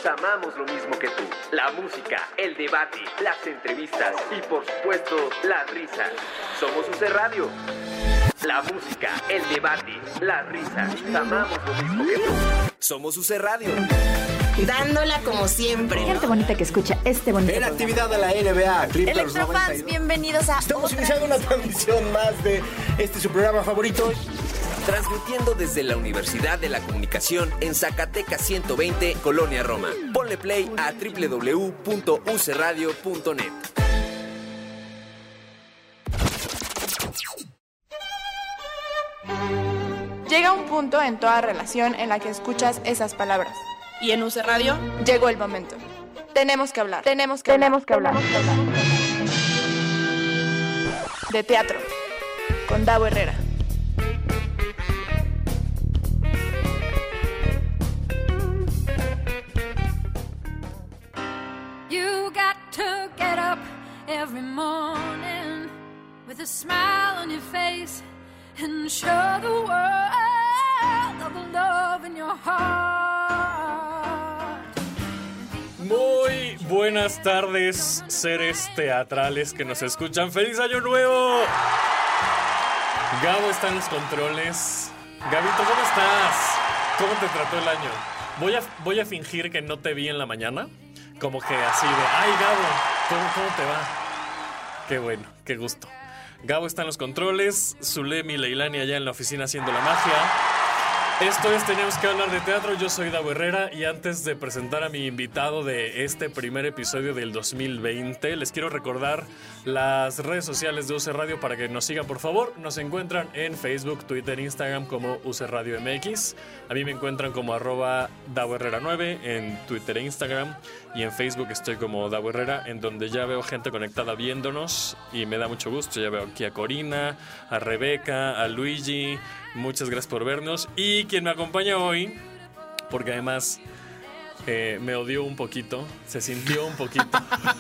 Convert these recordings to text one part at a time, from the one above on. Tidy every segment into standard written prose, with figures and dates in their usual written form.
amamos lo mismo que tú. La música, el debate, las entrevistas y por supuesto, las risas. Somos UC Radio. La música, el debate, las risas. Amamos lo mismo que tú. Somos UC Radio. Dándola como siempre. Gente bonita que escucha este bonito En programa. actividad de la NBA, Clippers Electrofans, 92. bienvenidos a Estamos otra iniciando una transmisión más de su programa favorito. Transmitiendo desde la Universidad de la Comunicación en Zacatecas 120, Colonia Roma. Ponle play a www.ucradio.net. Llega un punto en toda relación en la que escuchas esas palabras. Y en UC Radio Llegó el momento. Tenemos que hablar. De teatro. Con Davo Herrera. You got to get up every morning with a smile on your face and show the world of the love in your heart. Muy buenas tardes, seres teatrales que nos escuchan. ¡Feliz Año Nuevo! Gabo está en los controles. Gabito, ¿cómo estás? ¿Cómo te trató el año? Voy a fingir que no te vi en la mañana. Como que así de, ¡ay, Gabo! ¿Cómo te va? Qué bueno, qué gusto. Gabo está en los controles, Zulem y Leilani allá en la oficina haciendo la magia. Esto es Tenemos que hablar de teatro. Yo soy Davo Herrera y antes de presentar a mi invitado de este primer episodio del 2020, les quiero recordar las redes sociales de UC Radio para que nos sigan, por favor. Nos encuentran en Facebook, Twitter, Instagram como UC Radio MX. A mí me encuentran como @DavoHerrera9 en Twitter e Instagram. Y en Facebook estoy como Davo Herrera, en donde ya veo gente conectada viéndonos y me da mucho gusto. Ya veo aquí a Corina, a Rebeca, a Luigi. Muchas gracias por vernos. Y quien me acompaña hoy, porque además me odió un poquito, se sintió un poquito.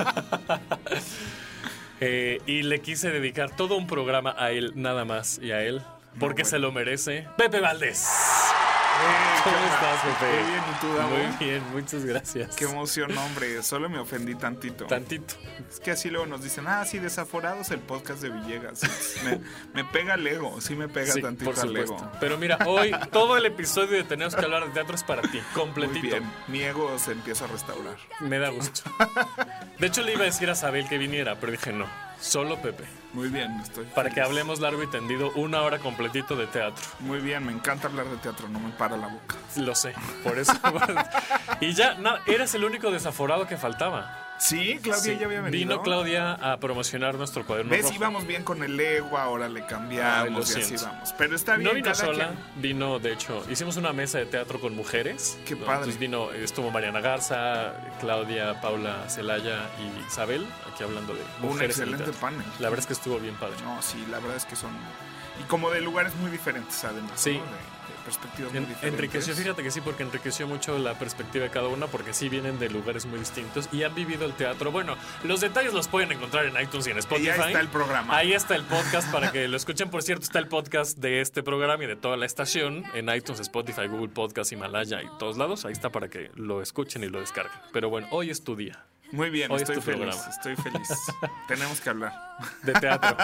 Y le quise dedicar todo un programa a él, nada más, y a él, porque se lo merece. Pepe Valdés. ¿Cómo estás, Pepe? Muy bien, ¿y tú, Davo? Muy bien, muchas gracias. Qué emoción, hombre. Solo me ofendí tantito. Es que así luego nos dicen, sí, desaforados el podcast de Villegas. Me pega el ego, sí me pega tantito por al supuesto. ego. Pero mira, hoy todo el episodio de Tenemos que hablar de teatro es para ti, completito. Muy bien, mi ego se empieza a restaurar. Me da gusto. De hecho, le iba a decir a Sabel que viniera, pero dije no, solo Pepe. Muy bien, estoy Para feliz. que hablemos largo y tendido 1 hora completito de teatro. Muy bien, me encanta hablar de teatro, no me para la boca. Lo sé, por eso. Y ya, eras el único desaforado que faltaba. Sí, Claudia Sí, ya había venido. Vino Claudia a promocionar nuestro cuaderno ¿Ves? rojo. Íbamos bien con el ego, ahora le Ay, lo cambiamos y así siento. vamos. Pero está bien, No vino cada sola, quien. vino, de hecho, hicimos una mesa de teatro con mujeres. Qué ¿no? padre. Entonces estuvo Mariana Garza, Claudia, Paula Celaya y Isabel, aquí hablando de Un mujeres en el excelente teatro. panel. La verdad es que estuvo bien padre. No, sí, la verdad es que son... Y como de lugares muy diferentes, además. Sí. ¿no? De perspectivas muy diferentes. Enriqueció, fíjate que sí, porque enriqueció mucho la perspectiva de cada una, porque sí vienen de lugares muy distintos y han vivido el teatro. Bueno, los detalles los pueden encontrar en iTunes y en Spotify. Y ahí está el programa. Ahí está el podcast para que lo escuchen. Por cierto, está el podcast de este programa y de toda la estación en iTunes, Spotify, Google Podcast, Himalaya y todos lados. Ahí está para que lo escuchen y lo descarguen. Pero bueno, hoy es tu día Muy bien, Hoy es estoy tu feliz, programa. estoy feliz. Tenemos que hablar. de teatro.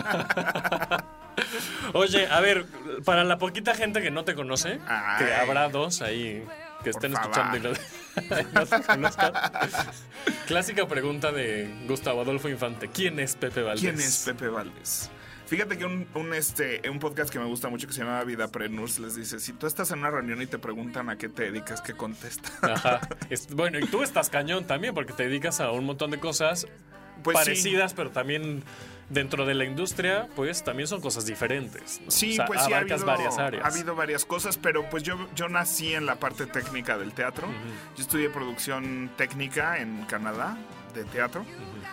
Oye, a ver, para la poquita gente que no te conoce, Ay. que habrá dos ahí que estén favor. escuchando y no te conozcan. Clásica pregunta de Gustavo Adolfo Infante: ¿quién es Pepe Valdés? ¿Quién es Pepe Valdés? Fíjate que un podcast que me gusta mucho que se llama Vidapreneurs les dice, si tú estás en una reunión y te preguntan a qué te dedicas, ¿qué contestas? Ajá. Bueno, y tú estás cañón también porque te dedicas a un montón de cosas Pues parecidas, pero también dentro de la industria, pues también son cosas diferentes, ¿no? Sí, o sea, pues sí, abarcas varias áreas. ha habido varias cosas, pero pues yo nací en la parte técnica del teatro. Yo estudié producción técnica en Canadá de teatro.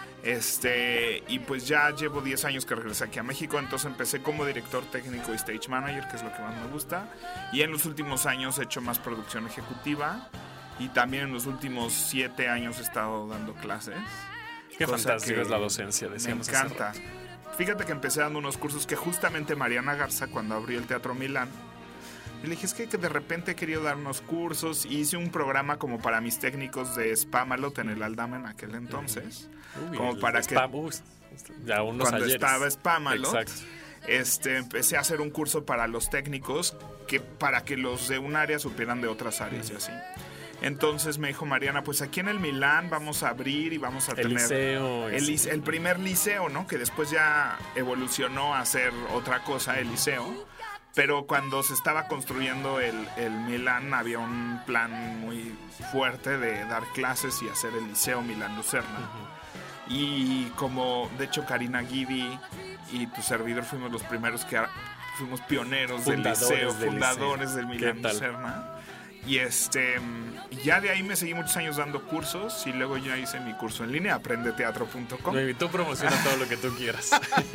Y pues ya llevo 10 años que regresé aquí a México, entonces empecé como director técnico y stage manager, que es lo que más me gusta. Y en los últimos años he hecho más producción ejecutiva y también en los últimos 7 años he estado dando clases. Qué Cosa fantástico que es la docencia, Me decíamos hace encanta. rato. Fíjate que empecé dando unos cursos que justamente Mariana Garza, cuando abrió el Teatro Milán, Y le dije, es que de repente he querido dar unos cursos. Y hice un programa como para mis técnicos de Spamalot en el Aldama en aquel entonces. Como para que... ya unos cuando ayeres. estaba Spamalot. Exacto. Empecé a hacer un curso para los técnicos para que los de un área supieran de otras áreas y así. Entonces me dijo Mariana, pues aquí en el Milán vamos a abrir y vamos a tener liceo, el primer liceo, ¿no? Que después ya evolucionó a ser otra cosa, el liceo. Pero cuando se estaba construyendo el Milán había un plan muy fuerte de dar clases y hacer el liceo Milán Lucerna. Y como de hecho Karina Guidi y tu servidor fuimos los primeros que fuimos pioneros del liceo, fundadores del Milán Lucerna. Y ya de ahí me seguí muchos años dando cursos y luego ya hice mi curso en línea, aprendeteatro.com. Tú promociona todo lo que tú quieras.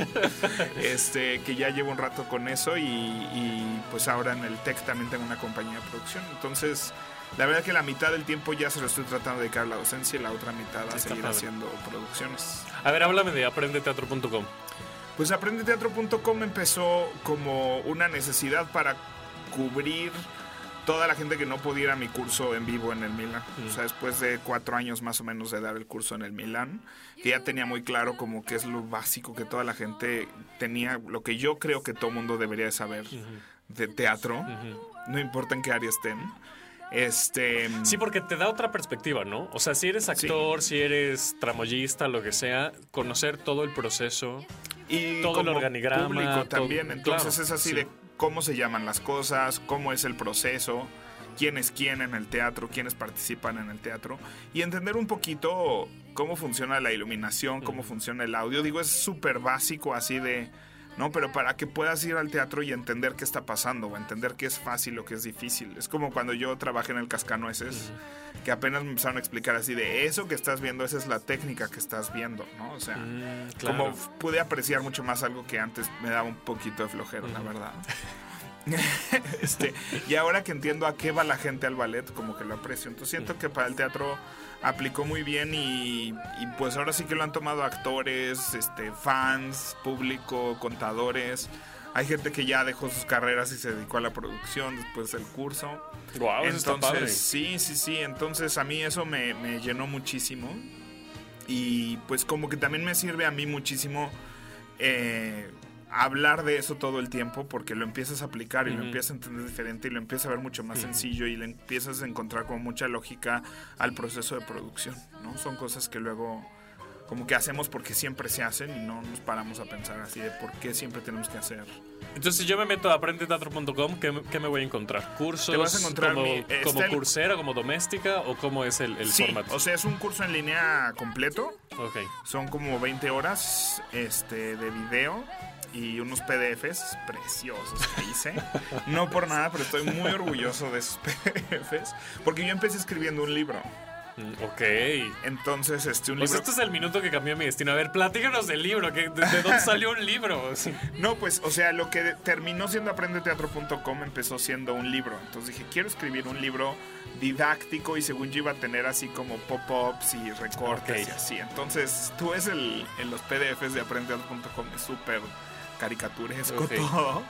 Que ya llevo un rato con eso y pues ahora en el TEC también tengo una compañía de producción. Entonces, la verdad que la mitad del tiempo ya se lo estoy tratando de dedicar a la docencia y la otra mitad a seguir haciendo producciones. A ver, háblame de aprendeteatro.com. Pues aprendeteatro.com empezó como una necesidad para cubrir toda la gente que no podía ir a mi curso en vivo en el Milán. O sea, después de 4 años más o menos de dar el curso en el Milán, que ya tenía muy claro como que es lo básico que toda la gente tenía, lo que yo creo que todo mundo debería de saber de teatro, no importa en qué área estén. Sí, porque te da otra perspectiva, ¿no? O sea, si eres actor, si eres tramoyista, lo que sea, conocer todo el proceso y todo el organigrama público también, entonces claro, es así de cómo se llaman las cosas, cómo es el proceso, quién es quién en el teatro, quiénes participan en el teatro y entender un poquito cómo funciona la iluminación, cómo funciona el audio. Digo, es súper básico así de... ¿no? Pero para que puedas ir al teatro y entender qué está pasando o entender qué es fácil o qué es difícil. Es como cuando yo trabajé en el Cascanueces, que apenas me empezaron a explicar así de eso que estás viendo, esa es la técnica que estás viendo, ¿no? O sea, claro. Como pude apreciar mucho más algo que antes me daba un poquito de flojera, la verdad. Y ahora que entiendo a qué va la gente al ballet, como que lo aprecio. Entonces siento que para el teatro aplicó muy bien y pues ahora sí que lo han tomado actores, fans, público, contadores. Hay gente que ya dejó sus carreras y se dedicó a la producción después del curso. Wow, eso está padre. Sí. Entonces a mí eso me llenó muchísimo. Y pues como que también me sirve a mí muchísimo hablar de eso todo el tiempo, porque lo empiezas a aplicar y lo empiezas a entender diferente y lo empiezas a ver mucho más sencillo y le empiezas a encontrar como mucha lógica al proceso de producción, ¿no? Son cosas que luego como que hacemos porque siempre se hacen y no nos paramos a pensar así de por qué siempre tenemos que hacer. Entonces, si yo me meto a aprendeteatro.com, ¿qué me voy a encontrar? ¿Cursos? Te vas a encontrar como Coursera, como doméstica o cómo es el formato? O sea, es un curso en línea completo. Okay. Son como 20 horas de video y unos PDFs preciosos que hice. No por nada, pero estoy muy orgulloso de esos PDFs porque yo empecé escribiendo un libro. Ok. Entonces, un libro... Pues este es el minuto que cambió mi destino. A ver, platícanos del libro. ¿De dónde salió un libro? No, pues, o sea, lo que terminó siendo aprendeteatro.com empezó siendo un libro. Entonces dije, quiero escribir un libro didáctico y según yo iba a tener así como pop-ups y recortes y así. Entonces, tú ves en los PDFs de aprendeteatro.com, es súper caricaturesco todo.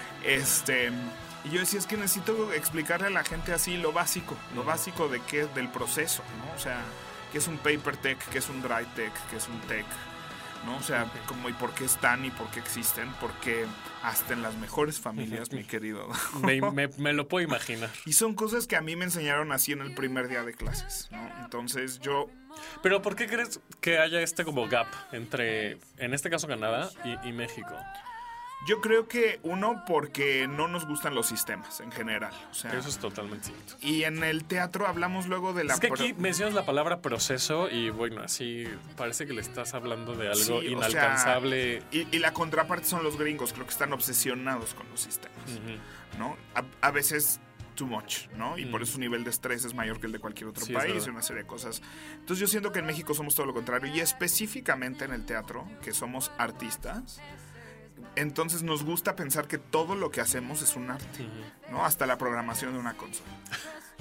Y yo decía, es que necesito explicarle a la gente así lo básico de qué es del proceso, ¿no? O sea, qué es un paper tech, qué es un dry tech, qué es un tech, ¿no? O sea, como y por qué están y por qué existen, porque hasta en las mejores familias, mi querido. Me lo puedo imaginar. Y son cosas que a mí me enseñaron así en el primer día de clases, ¿no? Entonces yo... Pero ¿por qué crees que haya como gap entre, en este caso, Canadá y México? Yo creo que porque no nos gustan los sistemas en general. O sea, eso es totalmente cierto. Y en el teatro hablamos luego de la... Es que aquí mencionas la palabra proceso y bueno, así parece que le estás hablando de algo inalcanzable. O sea, y la contraparte son los gringos, creo que están obsesionados con los sistemas, ¿no? A veces too much, ¿no? Y por eso su nivel de estrés es mayor que el de cualquier otro país y una serie de cosas. Entonces yo siento que en México somos todo lo contrario y específicamente en el teatro, que somos artistas. Entonces nos gusta pensar que todo lo que hacemos es un arte, ¿no? Hasta la programación de una consola.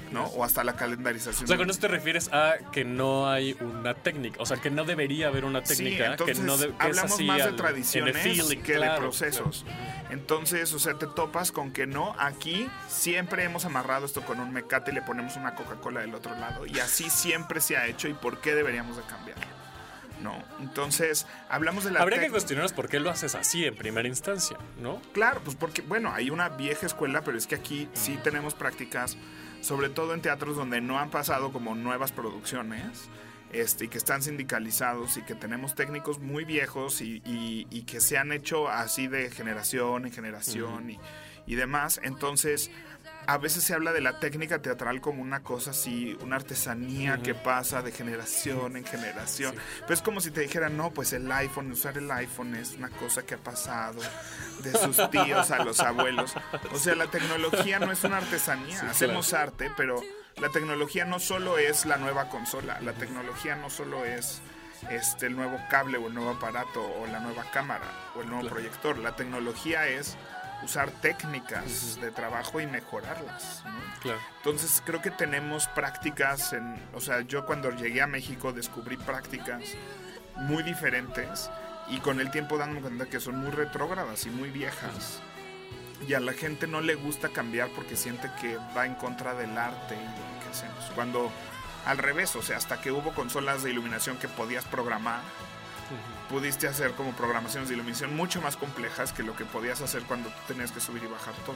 ¿no? O hasta la calendarización. O sea, con eso te refieres a que no hay una técnica, o sea, que no debería haber una técnica. Sí, entonces que no que hablamos es así más de tradiciones que claro, de procesos. Claro. Entonces, o sea, te topas con que no, aquí siempre hemos amarrado esto con un mecate y le ponemos una Coca-Cola del otro lado. Y así siempre se ha hecho, y por qué deberíamos de cambiarlo. ¿No? Entonces, hablamos de la habría que cuestionarnos por qué lo haces así en primera instancia, ¿no? Claro, pues porque, bueno, hay una vieja escuela, pero es que aquí sí tenemos prácticas, sobre todo en teatros donde no han pasado como nuevas producciones, y que están sindicalizados, y que tenemos técnicos muy viejos y que se han hecho así de generación en generación y demás. Entonces, a veces se habla de la técnica teatral como una cosa así, una artesanía que pasa de generación en generación. Sí. Pero es como si te dijeran, no, pues el iPhone, usar el iPhone es una cosa que ha pasado de sus tíos a los abuelos. O sea, la tecnología no es una artesanía. Sí, hacemos arte, pero la tecnología no solo es la nueva consola. La tecnología no solo es el nuevo cable o el nuevo aparato o la nueva cámara o el nuevo proyector. La tecnología es usar técnicas de trabajo y mejorarlas, ¿no? Claro. Entonces creo que tenemos prácticas o sea, yo cuando llegué a México descubrí prácticas muy diferentes y con el tiempo dándome cuenta que son muy retrógradas y muy viejas. Y a la gente no le gusta cambiar porque siente que va en contra del arte y de lo que hacemos. Cuando al revés, o sea, hasta que hubo consolas de iluminación que podías programar, pudiste hacer como programaciones de iluminación mucho más complejas que lo que podías hacer cuando tenías que subir y bajar todo,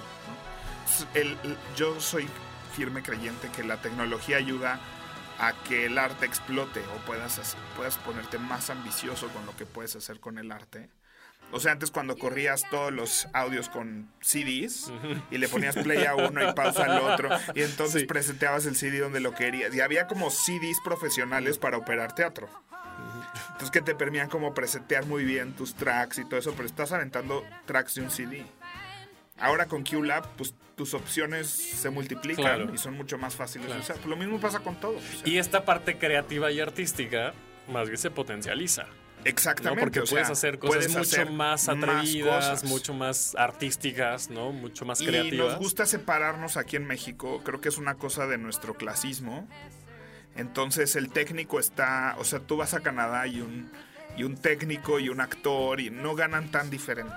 ¿no? Yo soy firme creyente que la tecnología ayuda a que el arte explote o puedas ponerte más ambicioso con lo que puedes hacer con el arte. O sea, antes cuando corrías todos los audios con CDs y le ponías play a uno y pausa al otro y entonces presentabas el CD donde lo querías. Y había como CDs profesionales para operar teatro. Entonces que te permitían como presetear muy bien tus tracks y todo eso, pero estás aventando tracks de un CD. Ahora con QLab, pues tus opciones se multiplican y son mucho más fáciles de usar. Pues lo mismo pasa con todo. O sea. Y esta parte creativa y artística más bien se potencializa. Exactamente. ¿No? Porque puedes hacer cosas mucho más atrevidas, mucho más artísticas, ¿no? Mucho más creativas. Y nos gusta separarnos aquí en México. Creo que es una cosa de nuestro clasismo. Entonces el técnico está, o sea, tú vas a Canadá y un técnico y un actor y no ganan tan diferente.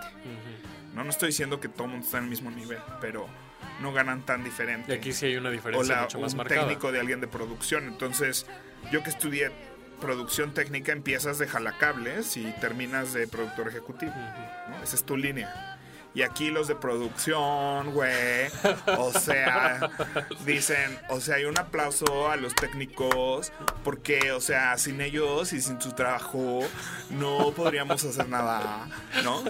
No estoy diciendo que todo el mundo está en el mismo nivel, pero no ganan tan diferente. Y aquí sí hay una diferencia mucho más marcada. Un técnico de alguien de producción. Entonces, yo que estudié producción técnica, empiezas de jalacables y terminas de productor ejecutivo, ¿no? Esa es tu línea. Y aquí los de producción, güey, o sea, dicen, o sea, hay un aplauso a los técnicos porque, o sea, sin ellos y sin su trabajo no podríamos hacer nada, ¿no?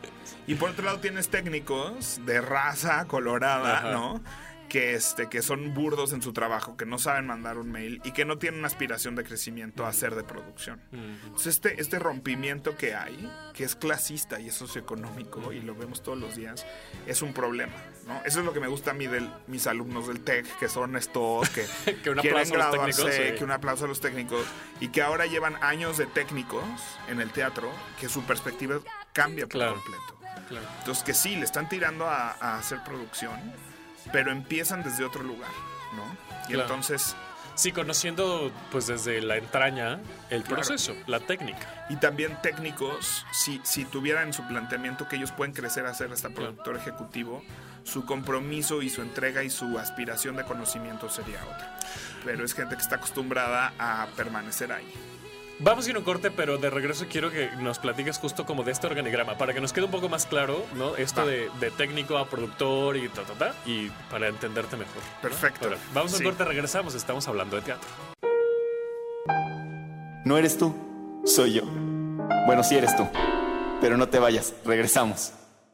Y por otro lado tienes técnicos de raza colorada, ¿no? Que son burdos en su trabajo, que no saben mandar un mail y que no tienen una aspiración de crecimiento a ser de producción. Entonces este rompimiento que hay, que es clasista y es socioeconómico y lo vemos todos los días, es un problema, ¿no? Eso es lo que me gusta a mí de mis alumnos del TEC, que son estos que quieren graduarse, que un aplauso a los técnicos y que ahora llevan años de técnicos en el teatro, que su perspectiva cambia por completo. Claro. Entonces que sí, le están tirando a hacer producción, pero empiezan desde otro lugar, ¿no? Y entonces... Sí, conociendo pues desde la entraña el proceso, la técnica. Y también técnicos, si tuvieran en su planteamiento que ellos pueden crecer a ser hasta productor ejecutivo, su compromiso y su entrega y su aspiración de conocimiento sería otra. Pero es gente que está acostumbrada a permanecer ahí. Vamos a ir a un corte, pero de regreso quiero que nos platiques justo como de este organigrama, para que nos quede un poco más claro, ¿no? Esto de técnico a productor y y para entenderte mejor, ¿no? Perfecto. Ahora, vamos a un corte, regresamos, estamos hablando de teatro. No eres tú, soy yo. Bueno, sí eres tú, pero no te vayas, regresamos.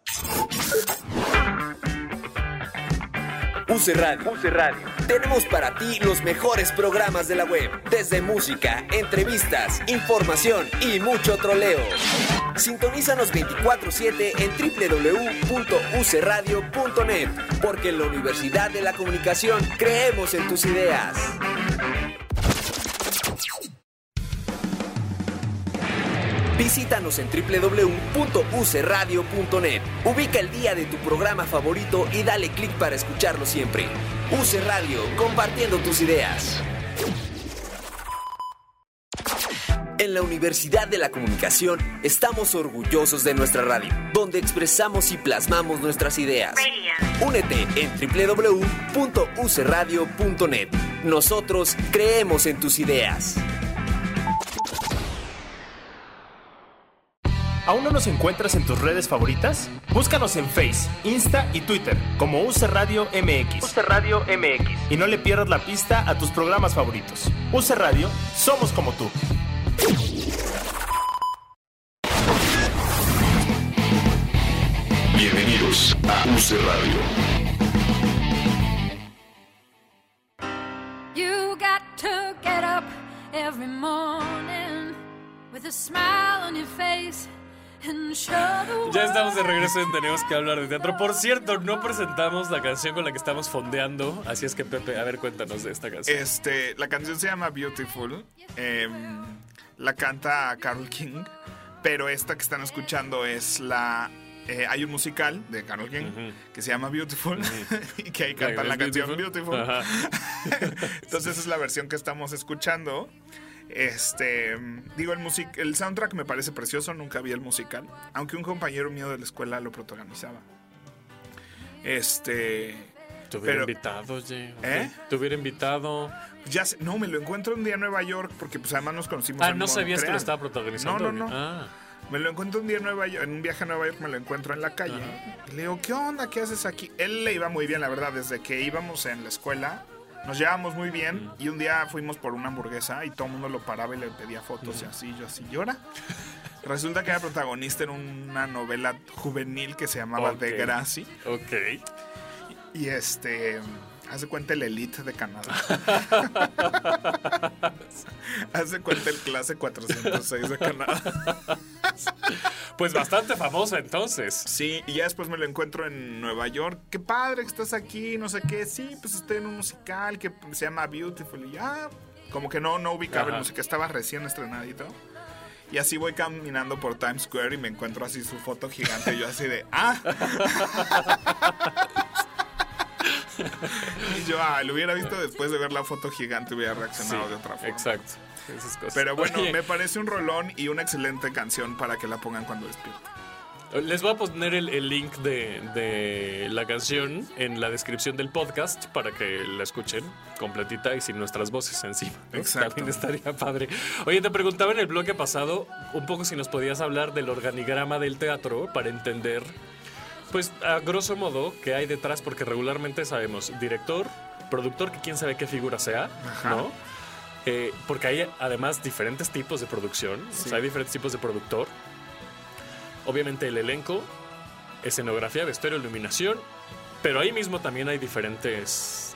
UC Radio. Tenemos para ti los mejores programas de la web, desde música, entrevistas, información y mucho troleo. Sintonízanos 24/7 en www.ucradio.net, porque en la Universidad de la Comunicación creemos en tus ideas. Visítanos en www.ucradio.net. Ubica el día de tu programa favorito y dale clic para escucharlo siempre. UC Radio, compartiendo tus ideas. En la Universidad de la Comunicación estamos orgullosos de nuestra radio, donde expresamos y plasmamos nuestras ideas. Únete en www.ucradio.net. Nosotros creemos en tus ideas. ¿Aún no nos encuentras en tus redes favoritas? Búscanos en Face, Insta y Twitter como UC Radio MX. UC Radio MX. Y no le pierdas la pista a tus programas favoritos. UC Radio, somos como tú. Bienvenidos a UC Radio. You got to get up every morning with a smile on your face. Ya estamos de regreso en Tenemos que hablar de teatro. Por cierto, no presentamos la canción con la que estamos fondeando. Así es que, Pepe, a ver, cuéntanos de esta canción. La canción se llama Beautiful. La canta Carole King. Pero esta que están escuchando es la... hay un musical de Carole King que se llama Beautiful y que ahí cantan la canción Beautiful. Entonces esa es la versión que estamos escuchando. El soundtrack me parece precioso. Nunca vi el musical, aunque un compañero mío de la escuela lo protagonizaba. Te hubiera invitado, oye. Te hubiera invitado. No, me lo encuentro un día en Nueva York, porque pues además nos conocimos en no Montreal. sabías que lo estaba protagonizando. No. Me lo encuentro un día en un viaje a Nueva York, me lo encuentro en la calle. Y le digo, ¿qué onda? ¿Qué haces aquí? Él le iba muy bien, la verdad, desde que íbamos en la escuela. Nos llevábamos muy bien y un día fuimos por una hamburguesa y todo el mundo lo paraba y le pedía fotos y así, yo así, llora. Resulta que era protagonista en una novela juvenil que se llamaba Degrassi. Ok. Y hace cuenta el Elite de Canadá. Hace cuenta el Clase 406 de Canadá. Pues bastante famosa entonces. Sí, y ya después me lo encuentro en Nueva York. Qué padre que estás aquí, no sé qué. Sí, pues estoy en un musical que se llama Beautiful. Y ya, como que no ubicaba el musical, estaba recién estrenadito. Y así voy caminando por Times Square y me encuentro así su foto gigante. Y yo así de, Y yo, lo hubiera visto después de ver la foto gigante, hubiera reaccionado de otra forma. Exacto. Esas cosas. Pero bueno, me parece un rolón y una excelente canción para que la pongan cuando despierten. Les voy a poner el link de la canción en la descripción del podcast para que la escuchen completita y sin nuestras voces encima, ¿no? Exacto. También estaría padre. Oye, te preguntaba en el bloque pasado un poco si nos podías hablar del organigrama del teatro para entender, pues a grosso modo, qué hay detrás, porque regularmente sabemos director, productor, que quién sabe qué figura sea, ¿no? Porque hay además diferentes tipos de producción, o sea, hay diferentes tipos de productor. Obviamente el elenco, escenografía, vestuario, iluminación, pero ahí mismo también hay diferentes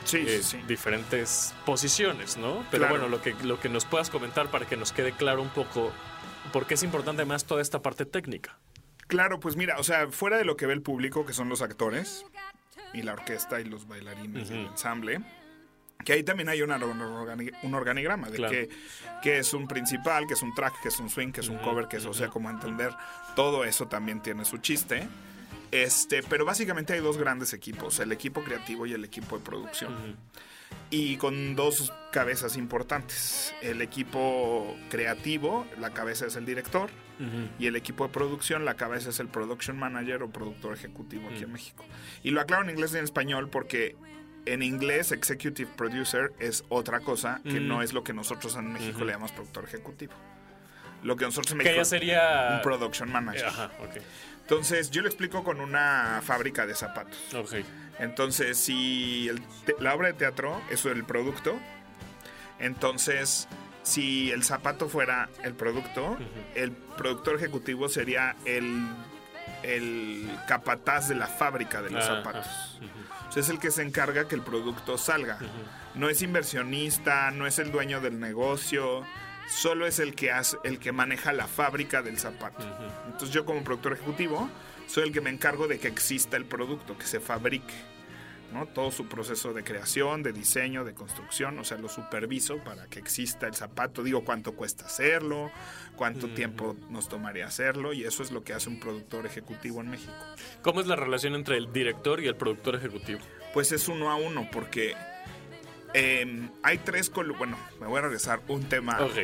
posiciones, ¿no? Pero bueno, lo que nos puedas comentar para que nos quede claro un poco por qué es importante más toda esta parte técnica. Claro, pues mira, o sea, fuera de lo que ve el público, que son los actores y la orquesta y los bailarines y el ensamble, que ahí también hay un organigrama de que es un principal, que es un track, que es un swing, que es un cover, que es, o sea, como entender, todo eso también tiene su chiste. Pero básicamente hay dos grandes equipos, el equipo creativo y el equipo de producción. Y con dos cabezas importantes. El equipo creativo, la cabeza es el director, y el equipo de producción, la cabeza es el production manager o productor ejecutivo aquí en México. Y lo aclaro en inglés y en español porque en inglés executive producer es otra cosa que no es lo que nosotros en México le llamamos productor ejecutivo. Lo que nosotros en México ya sería un production manager. Entonces yo lo explico con una fábrica de zapatos. Entonces si la obra de teatro es el producto, entonces si el zapato fuera el producto, el productor ejecutivo sería el capataz de la fábrica de los zapatos. O sea, es el que se encarga que el producto salga. No es inversionista, no es el dueño del negocio, solo es el que maneja la fábrica del zapato. Entonces yo como productor ejecutivo soy el que me encargo de que exista el producto, que se fabrique. ¿no? Todo su proceso de creación, de diseño, de construcción, o sea, lo superviso para que exista el zapato. Digo cuánto cuesta hacerlo, cuánto tiempo nos tomaría hacerlo, y eso es lo que hace un productor ejecutivo en México. ¿Cómo es la relación entre el director y el productor ejecutivo? Pues es 1 a 1, porque hay 3 bueno, me voy a regresar un tema. Okay.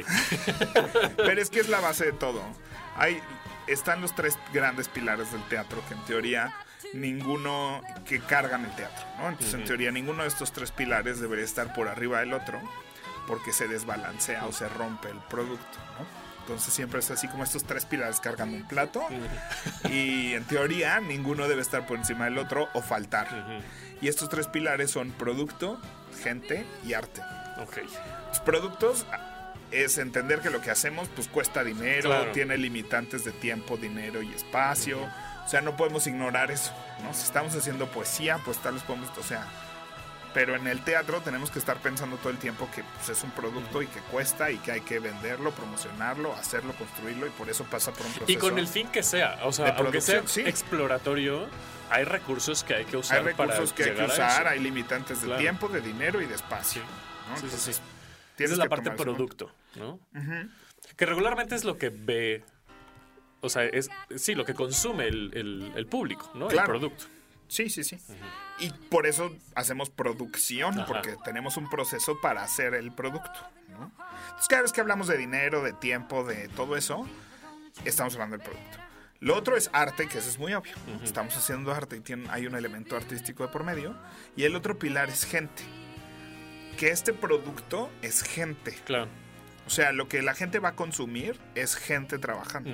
Pero es que es la base de todo. Están los 3 grandes pilares del teatro, que en teoría ninguno que cargan el teatro, ¿no? Entonces, en teoría, ninguno de estos 3 pilares debería estar por arriba del otro, porque se desbalancea o se rompe el producto, ¿no? Entonces siempre es así como estos 3 pilares cargando un plato, y en teoría ninguno debe estar por encima del otro o faltar. Y estos 3 pilares son producto, gente y arte. Okay. Los productos es entender que lo que hacemos pues cuesta dinero, claro, tiene limitantes de tiempo, dinero y espacio. O sea, no podemos ignorar eso, ¿no? Si estamos haciendo poesía, pues tal vez podemos, o sea, pero en el teatro tenemos que estar pensando todo el tiempo que pues, es un producto y que cuesta y que hay que venderlo, promocionarlo, hacerlo, construirlo, y por eso pasa por un proceso. Y con el fin que sea, o sea, aunque sea exploratorio, hay recursos que hay que usar. Hay recursos que hay que usar, hay limitantes de tiempo, de dinero y de espacio, ¿no? Sí, Entonces, sí. Esa es la parte producto, ¿no? Que regularmente es lo que ve, o sea, es lo que consume el público, ¿no? Claro. El producto. Sí. Y por eso hacemos producción, porque tenemos un proceso para hacer el producto, ¿no? Entonces, cada vez que hablamos de dinero, de tiempo, de todo eso, estamos hablando del producto. Lo otro es arte, que eso es muy obvio. Estamos haciendo arte y hay un elemento artístico de por medio. Y el otro pilar es gente. Que este producto es gente. Claro. O sea, lo que la gente va a consumir es gente trabajando.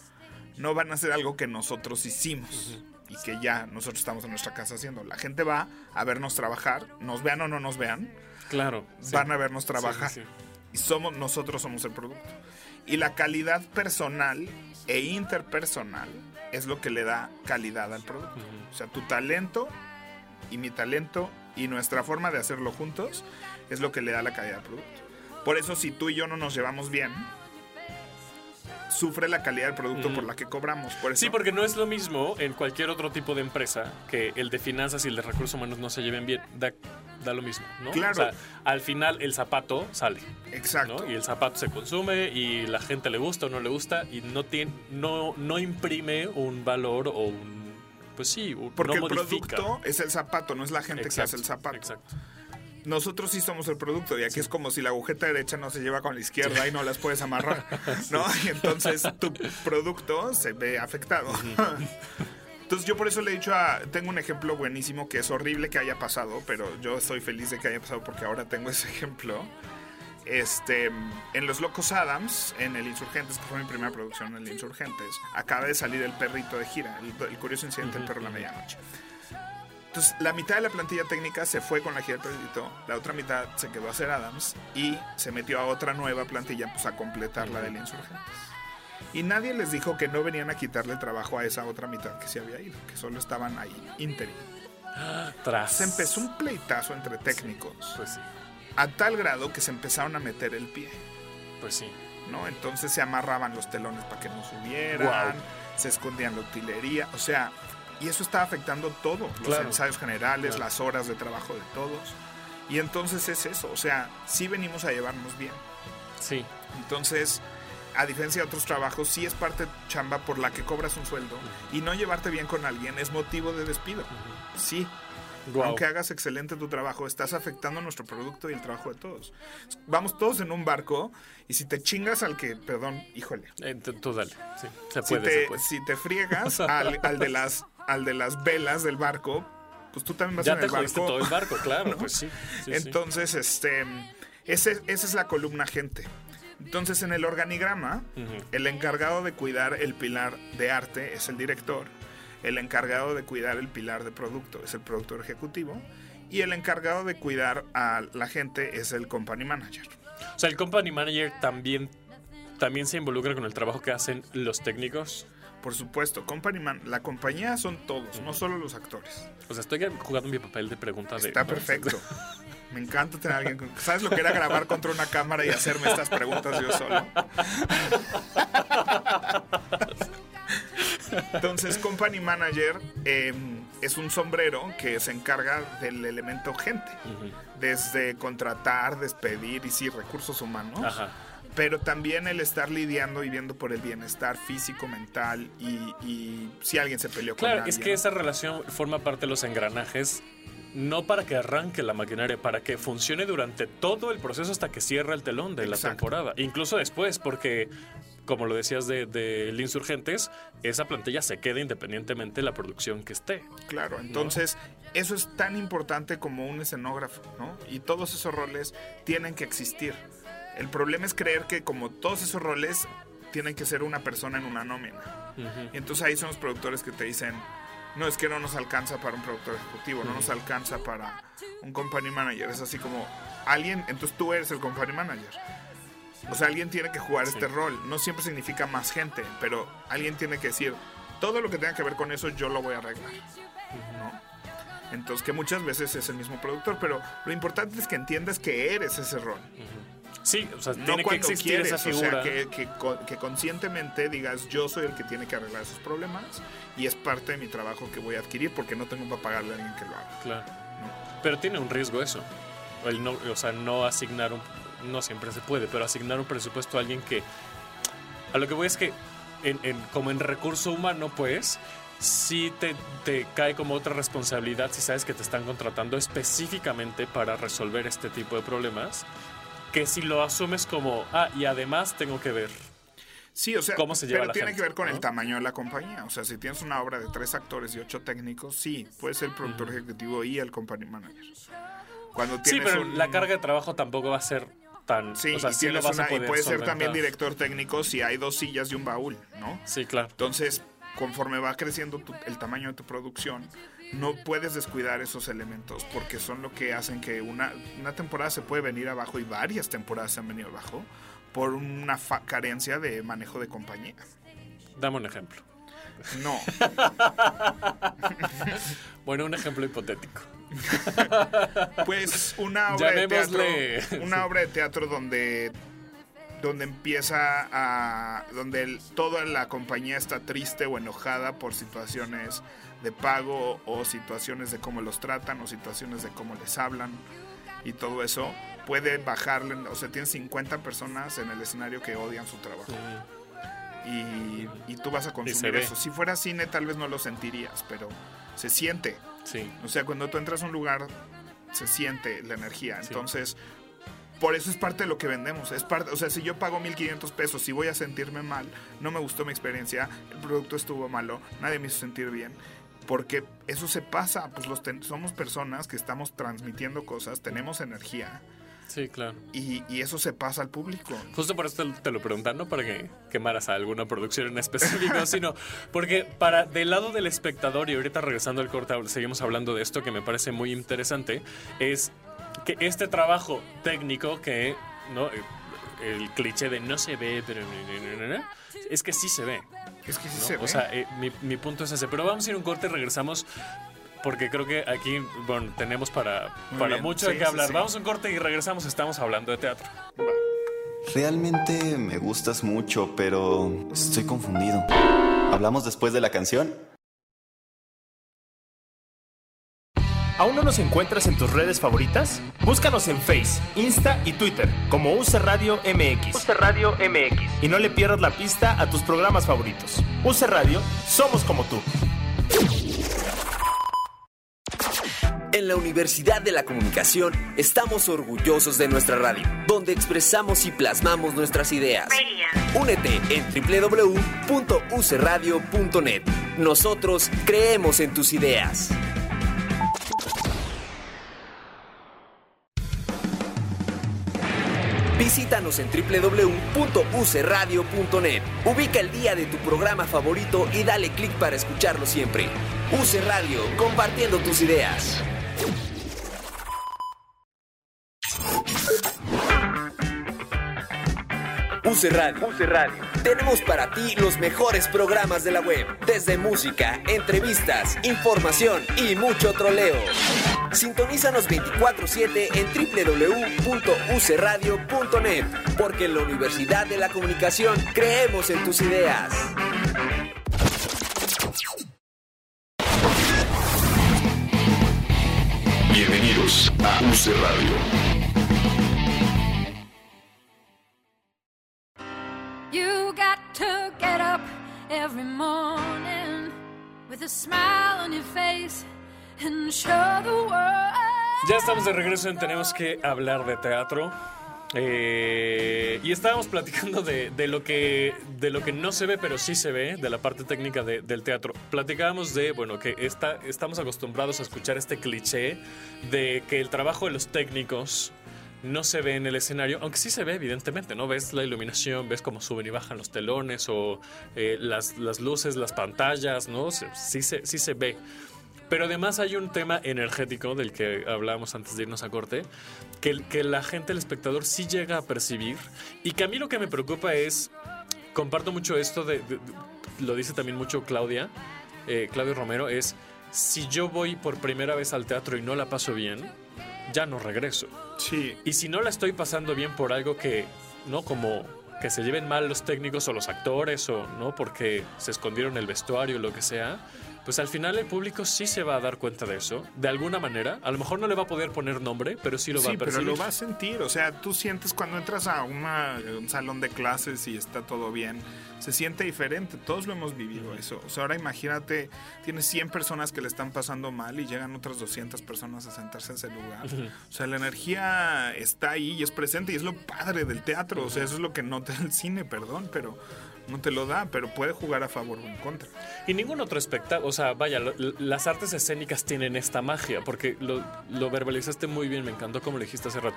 No van a hacer algo que nosotros hicimos y que ya nosotros estamos en nuestra casa haciendo. La gente va a vernos trabajar, nos vean o no nos vean. Claro. Van a vernos trabajar. Y nosotros somos el producto. Y la calidad personal e interpersonal es lo que le da calidad al producto. O sea, tu talento y mi talento y nuestra forma de hacerlo juntos es lo que le da la calidad al producto. Por eso, si tú y yo no nos llevamos bien, sufre la calidad del producto por la que cobramos. Por eso. Sí, porque no es lo mismo en cualquier otro tipo de empresa que el de finanzas y el de recursos humanos no se lleven bien. Da lo mismo, ¿no? Claro. O sea, al final el zapato sale. Exacto. ¿no? Y el zapato se consume y la gente le gusta o no le gusta y no imprime un valor o un... Pues sí, porque no el modifica. Producto es el zapato, no es la gente que hace el zapato. Exacto. Nosotros sí somos el producto, y aquí es como si la agujeta derecha no se lleva con la izquierda y no las puedes amarrar, ¿no? Y entonces tu producto se ve afectado. Entonces yo por eso le he dicho tengo un ejemplo buenísimo que es horrible que haya pasado, pero yo estoy feliz de que haya pasado porque ahora tengo ese ejemplo. En Los Locos Adams, en El Insurgentes, que fue mi primera producción en El Insurgentes, acaba de salir El Perrito de gira, el curioso incidente del perro de la medianoche. Entonces, la mitad de la plantilla técnica se fue con la gira del Perrito, la otra mitad se quedó a hacer Adams y se metió a otra nueva plantilla pues, a completar la del Insurgentes. Y nadie les dijo que no venían a quitarle trabajo a esa otra mitad que se había ido, que solo estaban ahí, interim. Se empezó un pleitazo entre técnicos, pues sí, a tal grado que se empezaron a meter el pie. Pues sí. ¿No? Entonces se amarraban los telones para que no subieran, se escondían la utilería, o sea... Y eso está afectando todo, los ensayos generales, las horas de trabajo de todos. Y entonces es eso, o sea, sí venimos a llevarnos bien. Sí. Entonces, a diferencia de otros trabajos, sí es parte chamba por la que cobras un sueldo. Y no llevarte bien con alguien es motivo de despido. Sí. Aunque hagas excelente tu trabajo, estás afectando nuestro producto y el trabajo de todos. Vamos todos en un barco y si te chingas al que, perdón, híjole. Tú dale, sí, se puede. Si te friegas al de las velas del barco, pues tú también vas en el barco. Ya te todo el barco, claro, ¿no? Pues sí. Entonces, esa es la columna gente. Entonces, en el organigrama, el encargado de cuidar el pilar de arte es el director. El encargado de cuidar el pilar de producto es el productor ejecutivo. Y el encargado de cuidar a la gente es el company manager. O sea, el company manager también se involucra con el trabajo que hacen los técnicos. Por supuesto, la compañía son todos, no solo los actores. O sea, estoy jugando mi papel de pregunta de... Está perfecto. Me encanta tener a alguien... ¿Sabes lo que era grabar contra una cámara y hacerme estas preguntas yo solo? Entonces, company manager es un sombrero que se encarga del elemento gente, desde contratar, despedir y sí, recursos humanos. Ajá. Pero también el estar lidiando y viendo por el bienestar físico, mental y si alguien se peleó con alguien. Claro, es que esa relación forma parte de los engranajes, no para que arranque la maquinaria, para que funcione durante todo el proceso hasta que cierra el telón de la temporada. Incluso después, porque, como lo decías de Insurgentes, esa plantilla se queda independientemente de la producción que esté. Claro, entonces eso es tan importante como un escenógrafo, ¿no? Y todos esos roles tienen que existir. El problema es creer que como todos esos roles tienen que ser una persona en una nómina. Y entonces ahí son los productores que te dicen, no, es que no nos alcanza para un productor ejecutivo, no nos alcanza para un company manager. Es así como alguien, entonces tú eres el company manager. O sea, alguien tiene que jugar este rol. No siempre significa más gente, pero alguien tiene que decir, todo lo que tenga que ver con eso yo lo voy a arreglar, ¿no? Entonces, que muchas veces es el mismo productor, pero lo importante es que entiendas que eres ese rol. Sí, o sea, no tiene que existir esa figura. O sea, que conscientemente digas, yo soy el que tiene que arreglar esos problemas y es parte de mi trabajo que voy a adquirir porque no tengo para pagarle a alguien que lo haga. Claro. ¿No? Pero tiene un riesgo eso. No asignar no siempre se puede, pero asignar un presupuesto a alguien que... A lo que voy es que, como en recurso humano, pues, sí te cae como otra responsabilidad si sabes que te están contratando específicamente para resolver este tipo de problemas, que si lo asumes como, y además tengo que ver. Sí, o sea, cómo se lleva pero la tiene gente, que ver con ¿no? el tamaño de la compañía. O sea, si tienes una obra de 3 actores y 8 técnicos, sí, puedes ser el productor ejecutivo y el company manager. Cuando Sí, tienes pero la carga de trabajo tampoco va a ser tan... Sí, o sea, y, sí lo vas a y poder puedes ser solventar. también director técnico si hay 2 sillas y un baúl, ¿no? Sí, claro. Entonces, conforme va creciendo el tamaño de tu producción, no puedes descuidar esos elementos porque son lo que hacen que una temporada se puede venir abajo y varias temporadas se han venido abajo por una carencia de manejo de compañía. Dame un ejemplo. No. Bueno, un ejemplo hipotético. Pues una obra de teatro donde empieza donde toda la compañía está triste o enojada por situaciones de pago o situaciones de cómo los tratan o situaciones de cómo les hablan y todo eso puede bajarle, o sea, tienes 50 personas en el escenario que odian su trabajo. Y tú vas a consumir eso. Si fuera cine tal vez no lo sentirías, pero se siente. Sí. O sea, cuando tú entras a un lugar se siente la energía. Entonces, por eso es parte de lo que vendemos. Es parte, o sea, si yo pago 1,500 pesos y voy a sentirme mal, no me gustó mi experiencia, el producto estuvo malo, nadie me hizo sentir bien. Porque eso se pasa, pues somos personas que estamos transmitiendo cosas, tenemos energía. Sí, claro. Y eso se pasa al público. Justo por eso te lo preguntan, no para que quemaras a alguna producción en específico, sino porque del lado del espectador, y ahorita regresando al corte, seguimos hablando de esto que me parece muy interesante, es que este trabajo técnico que, ¿no? El cliché de no se ve, pero es que sí se ve. Es que sí, ¿no? se ve. O sea, mi punto es ese. Pero vamos a ir a un corte y regresamos, porque creo que aquí, bueno, tenemos para mucho de qué hablar. Vamos a un corte y regresamos. Estamos hablando de teatro. Realmente me gustas mucho, pero estoy confundido. ¿Hablamos después de la canción? ¿Aún no nos encuentras en tus redes favoritas? Búscanos en Face, Insta y Twitter como UC Radio MX. UC Radio MX. Y no le pierdas la pista a tus programas favoritos. UC Radio, somos como tú. En la Universidad de la Comunicación estamos orgullosos de nuestra radio, donde expresamos y plasmamos nuestras ideas. Únete en www.ucradio.net. Nosotros creemos en tus ideas. Visítanos en www.ucradio.net. Ubica el día de tu programa favorito y dale clic para escucharlo siempre. UC Radio, compartiendo tus ideas. UC Radio. Tenemos para ti los mejores programas de la web, desde música, entrevistas, información y mucho troleo. Sintonízanos 24/7 en www.ucradio.net, porque en la Universidad de la Comunicación creemos en tus ideas. Bienvenidos a UC Radio. You got to get up every morning with a smile on your face and show the world. Ya estamos de regreso en Tenemos que hablar de teatro. Y estábamos platicando de lo que no se ve, pero sí se ve, de la parte técnica del teatro. Platicábamos de, bueno, que estamos acostumbrados a escuchar este cliché de que el trabajo de los técnicos no se ve en el escenario, aunque sí se ve, evidentemente, ¿no? Ves la iluminación, ves cómo suben y bajan los telones o las luces, las pantallas, ¿no? Sí se ve. Pero además hay un tema energético del que hablábamos antes de irnos a corte, que la gente, el espectador, sí llega a percibir. Y que a mí lo que me preocupa es, comparto mucho esto, lo dice también mucho Claudio Romero, es si yo voy por primera vez al teatro y no la paso bien, ya no regreso. Sí. Y si no la estoy pasando bien por algo que, ¿no? Como que se lleven mal los técnicos o los actores o, ¿no? Porque se escondieron en el vestuario o lo que sea, pues al final el público sí se va a dar cuenta de eso, de alguna manera. A lo mejor no le va a poder poner nombre, pero sí lo va a percibir. Sí, pero lo va a sentir. O sea, tú sientes cuando entras a un salón de clases y está todo bien, se siente diferente. Todos lo hemos vivido eso. O sea, ahora imagínate, tienes 100 personas que le están pasando mal y llegan otras 200 personas a sentarse en ese lugar. O sea, la energía está ahí y es presente y es lo padre del teatro. O sea, eso es lo que no te da el cine, perdón, pero no te lo da, pero puede jugar a favor o en contra. Y ningún otro espectáculo, o sea, vaya, las artes escénicas tienen esta magia, porque lo verbalizaste muy bien, me encantó como lo dijiste hace rato.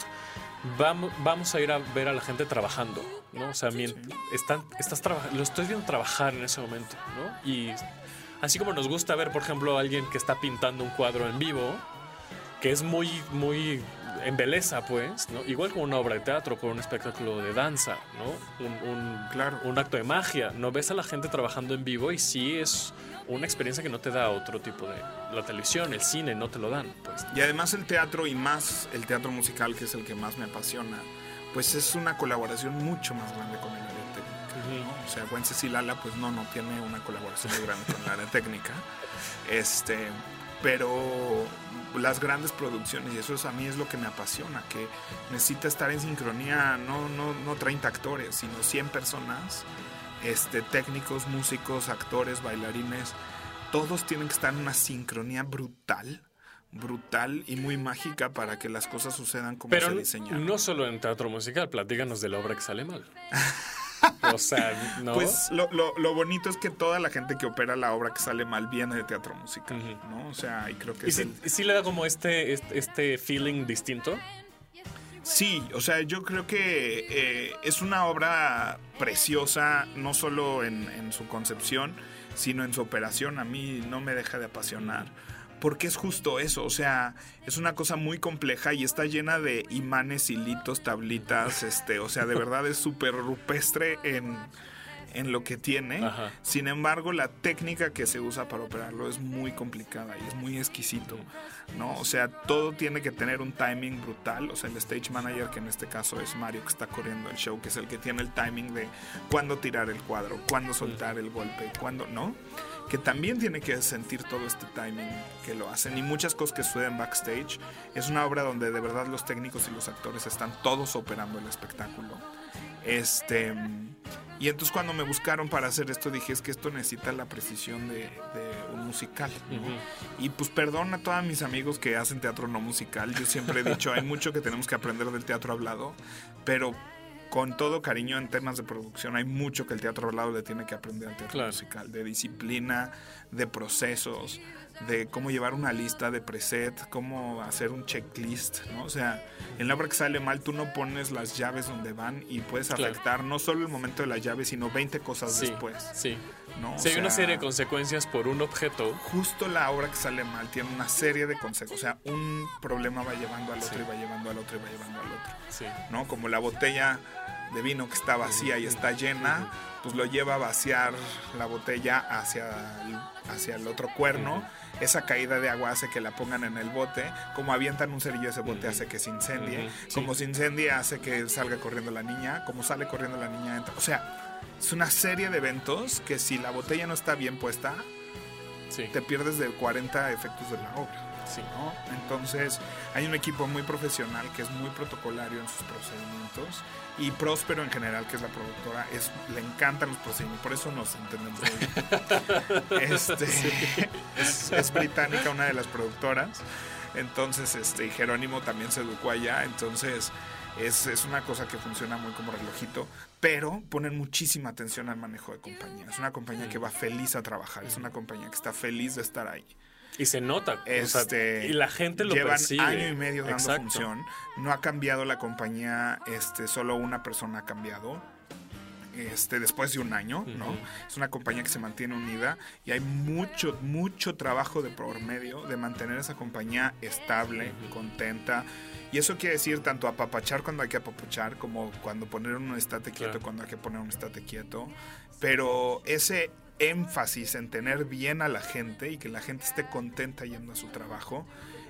Vamos a ir a ver a la gente trabajando, ¿no? O sea, estás trabajando, lo estoy viendo trabajar en ese momento, ¿no? Y así como nos gusta ver, por ejemplo, a alguien que está pintando un cuadro en vivo, que es muy, muy en belleza, pues, ¿no? Igual con una obra de teatro, con un espectáculo de danza, ¿no? Claro. Un acto de magia. No ves a la gente trabajando en vivo y sí es una experiencia que no te da otro tipo de... La televisión, el cine, no te lo dan, pues. Y además el teatro, y más el teatro musical, que es el que más me apasiona, pues es una colaboración mucho más grande con el área técnica, ¿no? O sea, Wenceslao pues no tiene una colaboración muy grande con el área técnica. Pero las grandes producciones, y eso a mí es lo que me apasiona, que necesita estar en sincronía, no 30 actores, sino 100 personas, técnicos, músicos, actores, bailarines, todos tienen que estar en una sincronía brutal y muy mágica para que las cosas sucedan como se diseñaron. No solo en teatro musical, platícanos de la obra que sale mal. O sea, ¿no? Pues lo bonito es que toda la gente que opera la obra que sale mal viene de teatro musical, ¿no? O sea, y creo que sí le da como este feeling distinto. Sí, o sea, yo creo que es una obra preciosa, no solo en su concepción, sino en su operación. A mí no me deja de apasionar. Porque es justo eso, o sea, es una cosa muy compleja y está llena de imanes, hilitos, tablitas, o sea, de verdad es súper rupestre en lo que tiene. Ajá. Sin embargo, la técnica que se usa para operarlo es muy complicada y es muy exquisito, ¿no? O sea, todo tiene que tener un timing brutal. O sea, el stage manager, que en este caso es Mario, que está corriendo el show, que es el que tiene el timing de cuándo tirar el cuadro, cuándo soltar el golpe, cuándo, ¿no? Que también tiene que sentir todo este timing que lo hacen y muchas cosas que suceden backstage. Es una obra donde de verdad los técnicos y los actores están todos operando el espectáculo. Y entonces cuando me buscaron para hacer esto dije, es que esto necesita la precisión de un musical, ¿no? Y pues perdón a todos mis amigos que hacen teatro no musical. Yo siempre he dicho, hay mucho que tenemos que aprender del teatro hablado, pero con todo cariño, en temas de producción hay mucho que el teatro hablado le tiene que aprender al teatro musical, de disciplina, de procesos, de cómo llevar una lista de preset, cómo hacer un checklist, ¿no? O sea, en la obra que sale mal tú no pones las llaves donde van y puedes afectar no solo el momento de la llave, sino 20 cosas después. Sí. ¿No? Sí, hay una serie de consecuencias por un objeto. Justo la obra que sale mal tiene una serie de consecuencias. O sea, un problema va llevando al otro y va llevando al otro y va llevando al otro. Sí. ¿No? Como la botella de vino que está vacía y está llena, pues lo lleva a vaciar la botella hacia el otro cuerno. Esa caída de agua hace que la pongan en el bote. Como avientan un cerillo, ese bote hace que se incendie. Como se incendia, hace que salga corriendo la niña. Como sale corriendo la niña, entra. O sea, es una serie de eventos que si la botella no está bien puesta, te pierdes de 40 efectos de la obra. Sí. ¿No? Entonces hay un equipo muy profesional que es muy protocolario en sus procedimientos, y Próspero en general, que es la productora, le encantan los procedimientos, por eso nos entendemos muy bien. Es británica, una de las productoras, entonces y Jerónimo también se educó allá, entonces es una cosa que funciona muy como relojito, pero ponen muchísima atención al manejo de compañía. Es una compañía que va feliz a trabajar, es una compañía que está feliz de estar ahí. Y se nota, y la gente lo percibe. Llevan año y medio dando función. No ha cambiado la compañía, solo una persona ha cambiado. Después de un año, ¿no? Es una compañía que se mantiene unida y hay mucho trabajo de por medio de mantener esa compañía estable, contenta. Y eso quiere decir tanto apapachar cuando hay que apapachar, como cuando poner un estate quieto cuando hay que poner un estate quieto. Pero ese énfasis en tener bien a la gente y que la gente esté contenta yendo a su trabajo,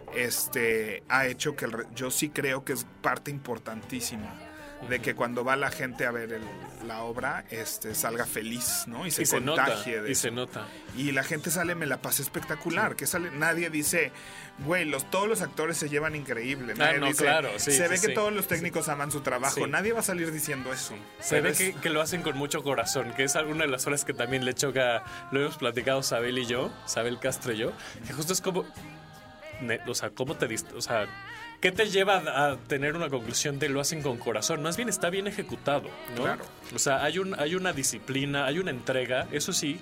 ha hecho que yo sí creo que es parte importantísima de que cuando va la gente a ver la obra, salga feliz, ¿no? Y se contagie de eso. Se nota. Y la gente sale, me la pasé espectacular. Que sale, nadie dice, güey, todos los actores se llevan increíble. Nadie dice, se ve que todos los técnicos aman su trabajo. Sí. Nadie va a salir diciendo eso. Se ve que lo hacen con mucho corazón, que es alguna de las horas que también le choca, lo hemos platicado Sabel Castro y yo, que justo es como, o sea, ¿cómo te diste? O sea, ¿qué te lleva a tener una conclusión de lo hacen con corazón? Más bien está bien ejecutado, ¿no? Claro. O sea, hay una disciplina, hay una entrega, eso sí,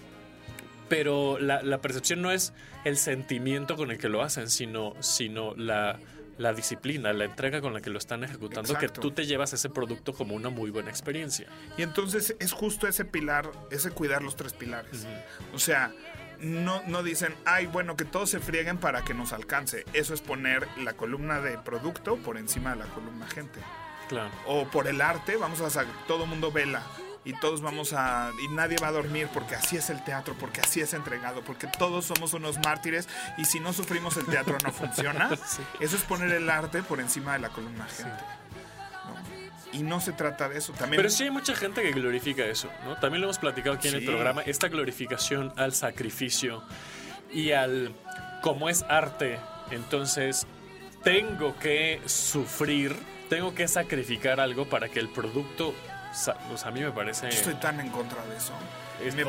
pero la percepción no es el sentimiento con el que lo hacen, sino la disciplina, la entrega con la que lo están ejecutando. Exacto. Que tú te llevas ese producto como una muy buena experiencia. Y entonces es justo ese pilar, ese cuidar los 3 pilares. O sea, no dicen, ay, bueno, que todos se frieguen para que nos alcance. Eso es poner la columna de producto por encima de la columna gente. Claro. O por el arte, todo el mundo vela. Y todos y nadie va a dormir, porque así es el teatro, porque así es entregado, porque todos somos unos mártires, y si no sufrimos el teatro no funciona. Sí. Eso es poner el arte por encima de la columna gente. ¿No? Y no se trata de eso. También... Pero sí hay mucha gente que glorifica eso, ¿no? También lo hemos platicado aquí en el programa, esta glorificación al sacrificio y como es arte, entonces tengo que sufrir, tengo que sacrificar algo para que el producto... O sea, a mí me parece... Yo estoy tan en contra de eso. Me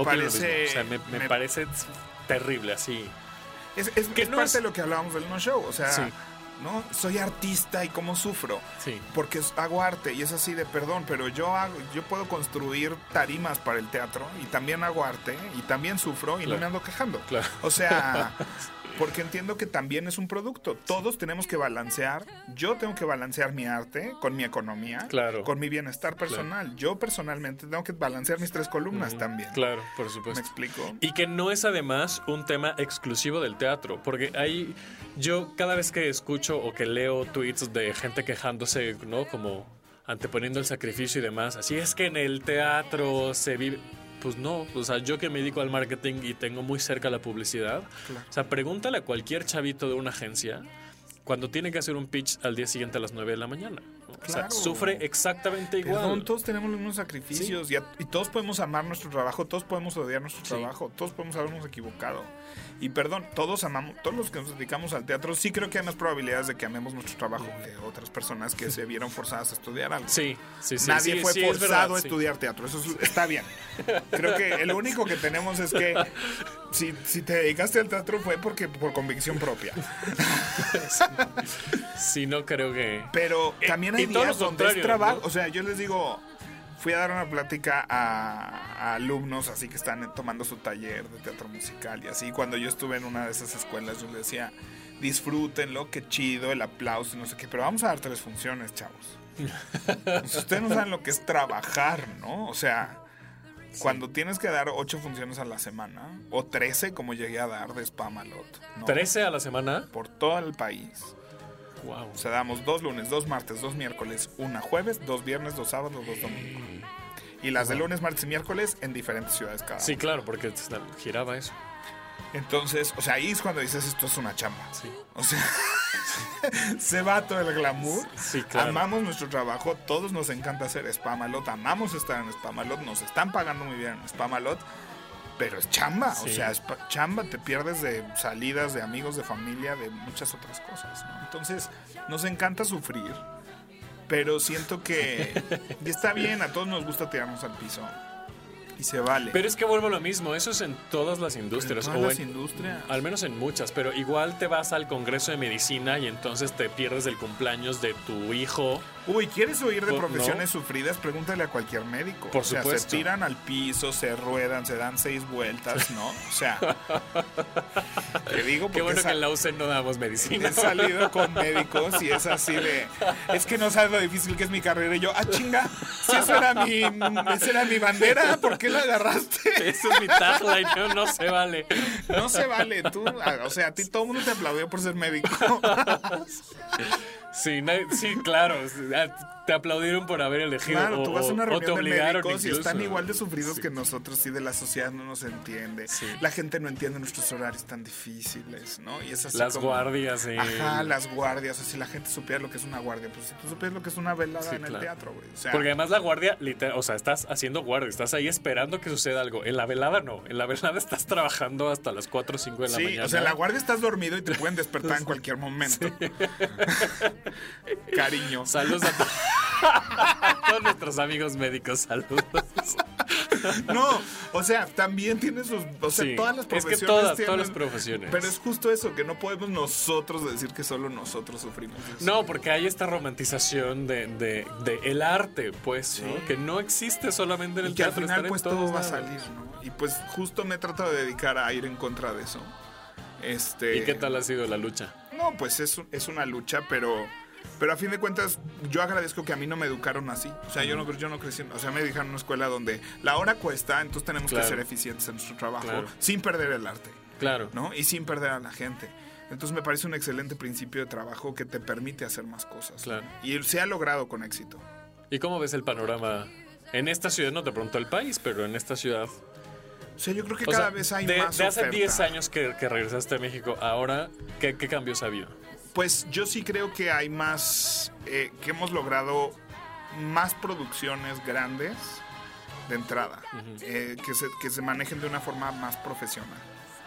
parece terrible, así. Es parte de lo que hablábamos del no show. O sea, ¿no? Soy artista y cómo sufro. Sí. Porque hago arte y es así de perdón, pero yo puedo construir tarimas para el teatro y también hago arte y también sufro y no me ando quejando. Claro. O sea... Porque entiendo que también es un producto. Todos tenemos que balancear. Yo tengo que balancear mi arte con mi economía, con mi bienestar personal. Claro. Yo personalmente tengo que balancear mis 3 columnas también. Claro, por supuesto. ¿Me explico? Y que no es además un tema exclusivo del teatro. Porque yo cada vez que escucho o que leo tweets de gente quejándose, ¿no? Como anteponiendo el sacrificio y demás. Así es que en el teatro se vive... Pues no, o sea, yo que me dedico al marketing y tengo muy cerca la publicidad, o sea, pregúntale a cualquier chavito de una agencia cuando tiene que hacer un pitch al día siguiente a las 9 de la mañana. O sea, sufre exactamente igual. Perdón, todos tenemos los mismos sacrificios y todos podemos amar nuestro trabajo, todos podemos odiar nuestro trabajo, todos podemos habernos equivocado. Y perdón, todos los que nos dedicamos al teatro, sí creo que hay más probabilidades de que amemos nuestro trabajo que otras personas que se vieron forzadas a estudiar algo. Sí. Nadie fue forzado a estudiar teatro, eso está bien. Creo que lo único que tenemos es que si te dedicaste al teatro fue por convicción propia. Sí, no creo que... Pero también hay días donde es trabajo, ¿no? O sea, yo les digo... Fui a dar una plática a alumnos así que están tomando su taller de teatro musical y así. Cuando yo estuve en una de esas escuelas, yo les decía, disfrútenlo, qué chido, el aplauso y no sé qué, pero vamos a dar 3 funciones, chavos. Pues ustedes no saben lo que es trabajar, ¿no? O sea, cuando tienes que dar 8 funciones a la semana, o 13 como llegué a dar de Spamalot, ¿no? ¿13 a la semana? Por todo el país. Wow. O sea, damos 2 lunes, 2 martes, 2 miércoles, 1 jueves, 2 viernes, 2 sábados, 2 domingos. Y las de lunes, martes y miércoles en diferentes ciudades cada Sí, claro, porque giraba eso. Entonces, o sea, ahí es cuando dices, esto es una chamba. Sí. O sea, se va todo el glamour. Sí, claro. Amamos nuestro trabajo, todos nos encanta hacer Spamalot, amamos estar en Spamalot, nos están pagando muy bien en Spamalot. pero es chamba, Sí. o sea, es chamba, te pierdes de salidas, de amigos, de familia, de muchas otras cosas, ¿no? Entonces, nos encanta sufrir, pero siento que y está bien, a todos nos gusta tirarnos al piso y se vale. Pero es que vuelvo a lo mismo, eso es en todas las industrias. En todas las industrias. Al menos en muchas, pero igual te vas al Congreso de Medicina y entonces te pierdes el cumpleaños de tu hijo. Uy, ¿quieres oír de ¿No? profesiones sufridas? Pregúntale a cualquier médico. Por o sea, supuesto. se tiran al piso, se ruedan, se dan 6 vueltas, ¿no? O sea, te digo porque Qué bueno que en la UC no damos medicina. he salido con médicos y es así de, es que no sabes lo difícil que es mi carrera. Y yo, chinga, si esa era mi bandera, ¿por qué la agarraste? Eso es mi tagline, no se vale. No se vale, tú, o sea, a ti todo el mundo te aplaudió por ser médico. Sí, sí, claro. Te aplaudieron por haber elegido. Claro, tú vas a una o te reunión de obligaron médicos y incluso. están igual de sufridos que nosotros, y de la sociedad no nos entiende. Sí. La gente no entiende nuestros horarios tan difíciles, ¿no? Y es así Las como, guardias, sí. Ajá, las guardias. O sea, si la gente supiera lo que es una guardia, pues si tú supieras lo que es una velada Sí, en claro. el teatro, güey. O sea, Porque además la guardia, o sea, estás haciendo guardia, estás ahí esperando que suceda algo. En la velada no, en la velada estás trabajando hasta las 4 o 5 de la sí, mañana. o sea, en la guardia estás dormido y te pueden despertar en cualquier momento. Cariño. Saludos a todos nuestros amigos médicos, saludos. No, o sea, también tiene sus... O sea, Sí, todas las es profesiones que todas tienen- las profesiones. Pero es justo eso, que no podemos nosotros decir que solo nosotros sufrimos de eso. No, porque hay esta romantización de el arte, pues, ¿no? Sí. Que no existe solamente en el Y que al teatro, final está en pues todos todo va a lados. salir, ¿no? Y pues justo me he tratado de dedicar a ir en contra de eso. ¿Y qué tal ha sido la lucha? No, pues es una lucha, pero a fin de cuentas yo agradezco que a mí no me educaron así. O sea, yo no crecí, o sea, me dejaron en una escuela donde la hora cuesta, entonces tenemos Claro. que ser eficientes en nuestro trabajo, Claro. sin perder el arte, Claro. ¿no? Y sin perder a la gente. Entonces me parece un excelente principio de trabajo que te permite hacer más cosas. Claro. Y se ha logrado con éxito. ¿Y cómo ves el panorama en esta ciudad? No te pregunto el país, pero en esta ciudad. O sea, yo creo que O cada sea, vez hay de más hace oferta. 10 años que regresaste a México, ahora, ¿qué cambios ha habido? Pues yo sí creo que hay más, que hemos logrado más producciones grandes de entrada, que se manejen de una forma más profesional.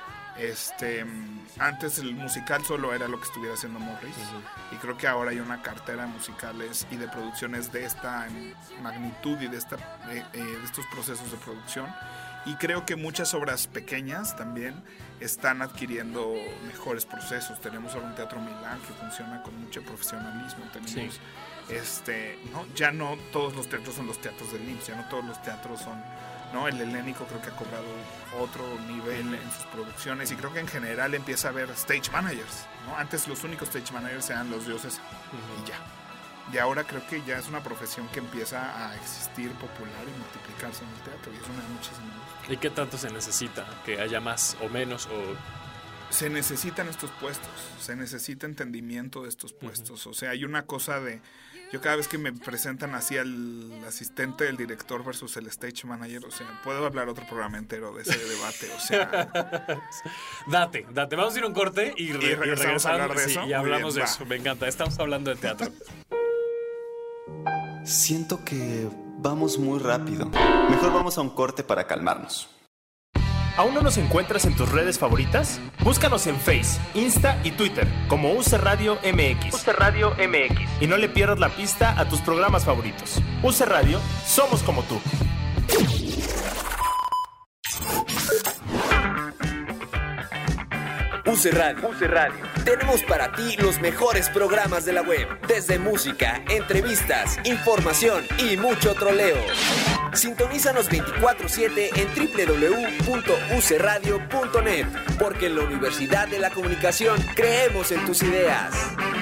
Antes el musical solo era lo que estuviera haciendo Morris, y creo que ahora hay una cartera de musicales y de producciones de esta magnitud y de estos procesos de producción. Y creo que muchas obras pequeñas también están adquiriendo mejores procesos. Tenemos ahora un Teatro Milán que funciona con mucho profesionalismo. Tenemos, ¿no? Ya no todos los teatros son los teatros del IMSS, ya no todos los teatros son, ¿no? El Helénico creo que ha cobrado otro nivel en sus producciones, y creo que en general empieza a haber stage managers, ¿no? Antes los únicos stage managers eran los dioses y ya. Y ahora creo que ya es una profesión que empieza a existir, popular y multiplicarse en el teatro, y eso me da muchísimo gusto. ¿Y qué tanto se necesita? ¿Que haya más o menos? Se necesitan estos puestos, se necesita entendimiento de estos puestos. O sea, hay una cosa de... Yo cada vez que me presentan así al asistente del director versus el stage manager, o sea, puedo hablar otro programa entero de ese debate, o sea... Date. Vamos a ir a un corte y regresamos a hablar de sí, eso. y hablamos Muy bien, de eso. Me encanta, estamos hablando de teatro. Siento que vamos muy rápido. Mejor vamos a un corte para calmarnos. ¿Aún no nos encuentras en tus redes favoritas? Búscanos en Face, Insta y Twitter como UC Radio MX. UC Radio MX. Y no le pierdas la pista a tus programas favoritos. UC Radio, somos como tú. UC Radio. Tenemos para ti los mejores programas de la web, desde música, entrevistas, información y mucho troleo. Sintonízanos 24/7 en www.ucradio.net, porque en la Universidad de la Comunicación creemos en tus ideas.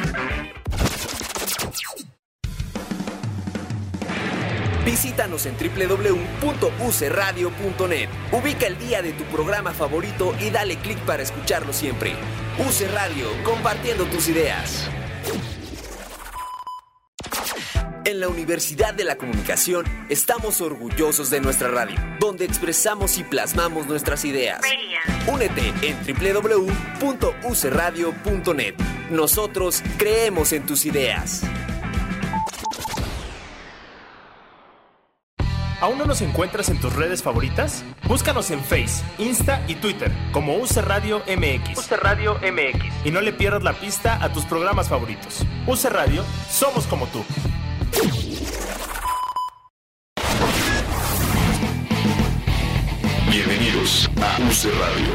Visítanos en www.ucradio.net. Ubica el día de tu programa favorito y dale clic para escucharlo siempre. UC Radio, compartiendo tus ideas. En la Universidad de la Comunicación estamos orgullosos de nuestra radio, donde expresamos y plasmamos nuestras ideas. Únete en www.ucradio.net. Nosotros creemos en tus ideas. ¿Aún no nos encuentras en tus redes favoritas? Búscanos en Face, Insta y Twitter como UC Radio MX. UC Radio MX. Y no le pierdas la pista a tus programas favoritos. UC Radio, somos como tú. Bienvenidos a UC Radio.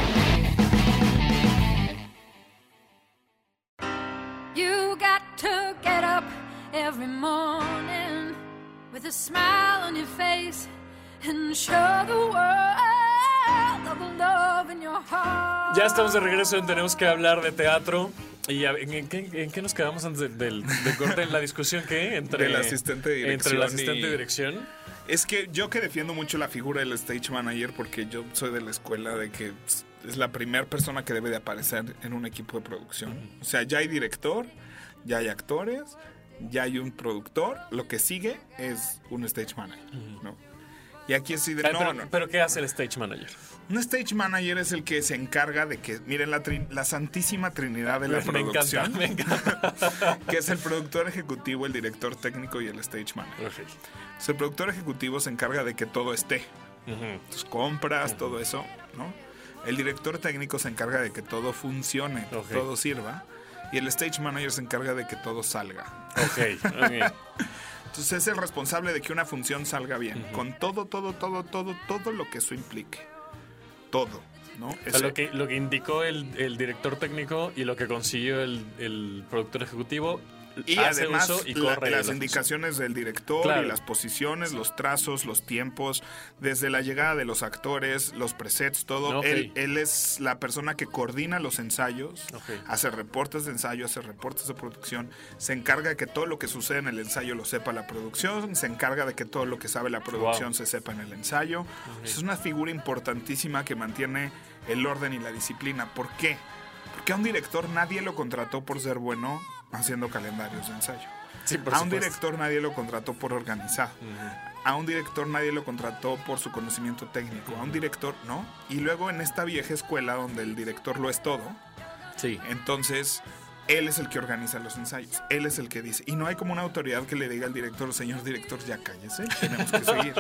You got to get up every morning with a smile on your face and show the world of the love in your heart. Ya estamos de regreso en Tenemos que hablar de teatro. ¿Y en qué nos quedamos antes del corte? ¿En la discusión qué? Entre el asistente de dirección. Entre el asistente de dirección. Es que yo que defiendo mucho la figura del stage manager porque yo soy de la escuela de que es la primera persona que debe de aparecer en un equipo de producción. O sea, ya hay director, ya hay actores, ya hay un productor. Lo que sigue es un stage manager, ¿no? Y aquí es de pero ¿qué hace el stage manager? Un stage manager es el que se encarga de que, miren, la santísima trinidad de la producción. Me encanta. Que es el productor ejecutivo, el director técnico y el stage manager. Okay. Entonces, el productor ejecutivo se encarga de que todo esté. Tus compras, todo eso, ¿no? El director técnico se encarga de que todo funcione, todo sirva. Y el stage manager se encarga de que todo salga. Okay. Entonces es el responsable de que una función salga bien. Con todo lo que eso implique. Todo, ¿no? O sea, lo que indicó el director técnico y lo que consiguió el productor ejecutivo. Y hace además uso y corre las indicaciones del director, claro, y las posiciones, los trazos, los tiempos, desde la llegada de los actores, los presets, todo. Okay. Él es la persona que coordina los ensayos, hace reportes de ensayo, hace reportes de producción, se encarga de que todo lo que sucede en el ensayo lo sepa la producción, se encarga de que todo lo que sabe la producción se sepa en el ensayo. Es una figura importantísima que mantiene el orden y la disciplina. ¿Por qué? Porque a un director nadie lo contrató por ser bueno haciendo calendarios de ensayo. Sí, a un director nadie lo contrató por organizar. A un director nadie lo contrató por su conocimiento técnico. A un director, ¿no? Y luego en esta vieja escuela donde el director lo es todo, entonces él es el que organiza los ensayos. Él es el que dice. Y no hay como una autoridad que le diga al director, señor director, ya cállese, tenemos que seguir.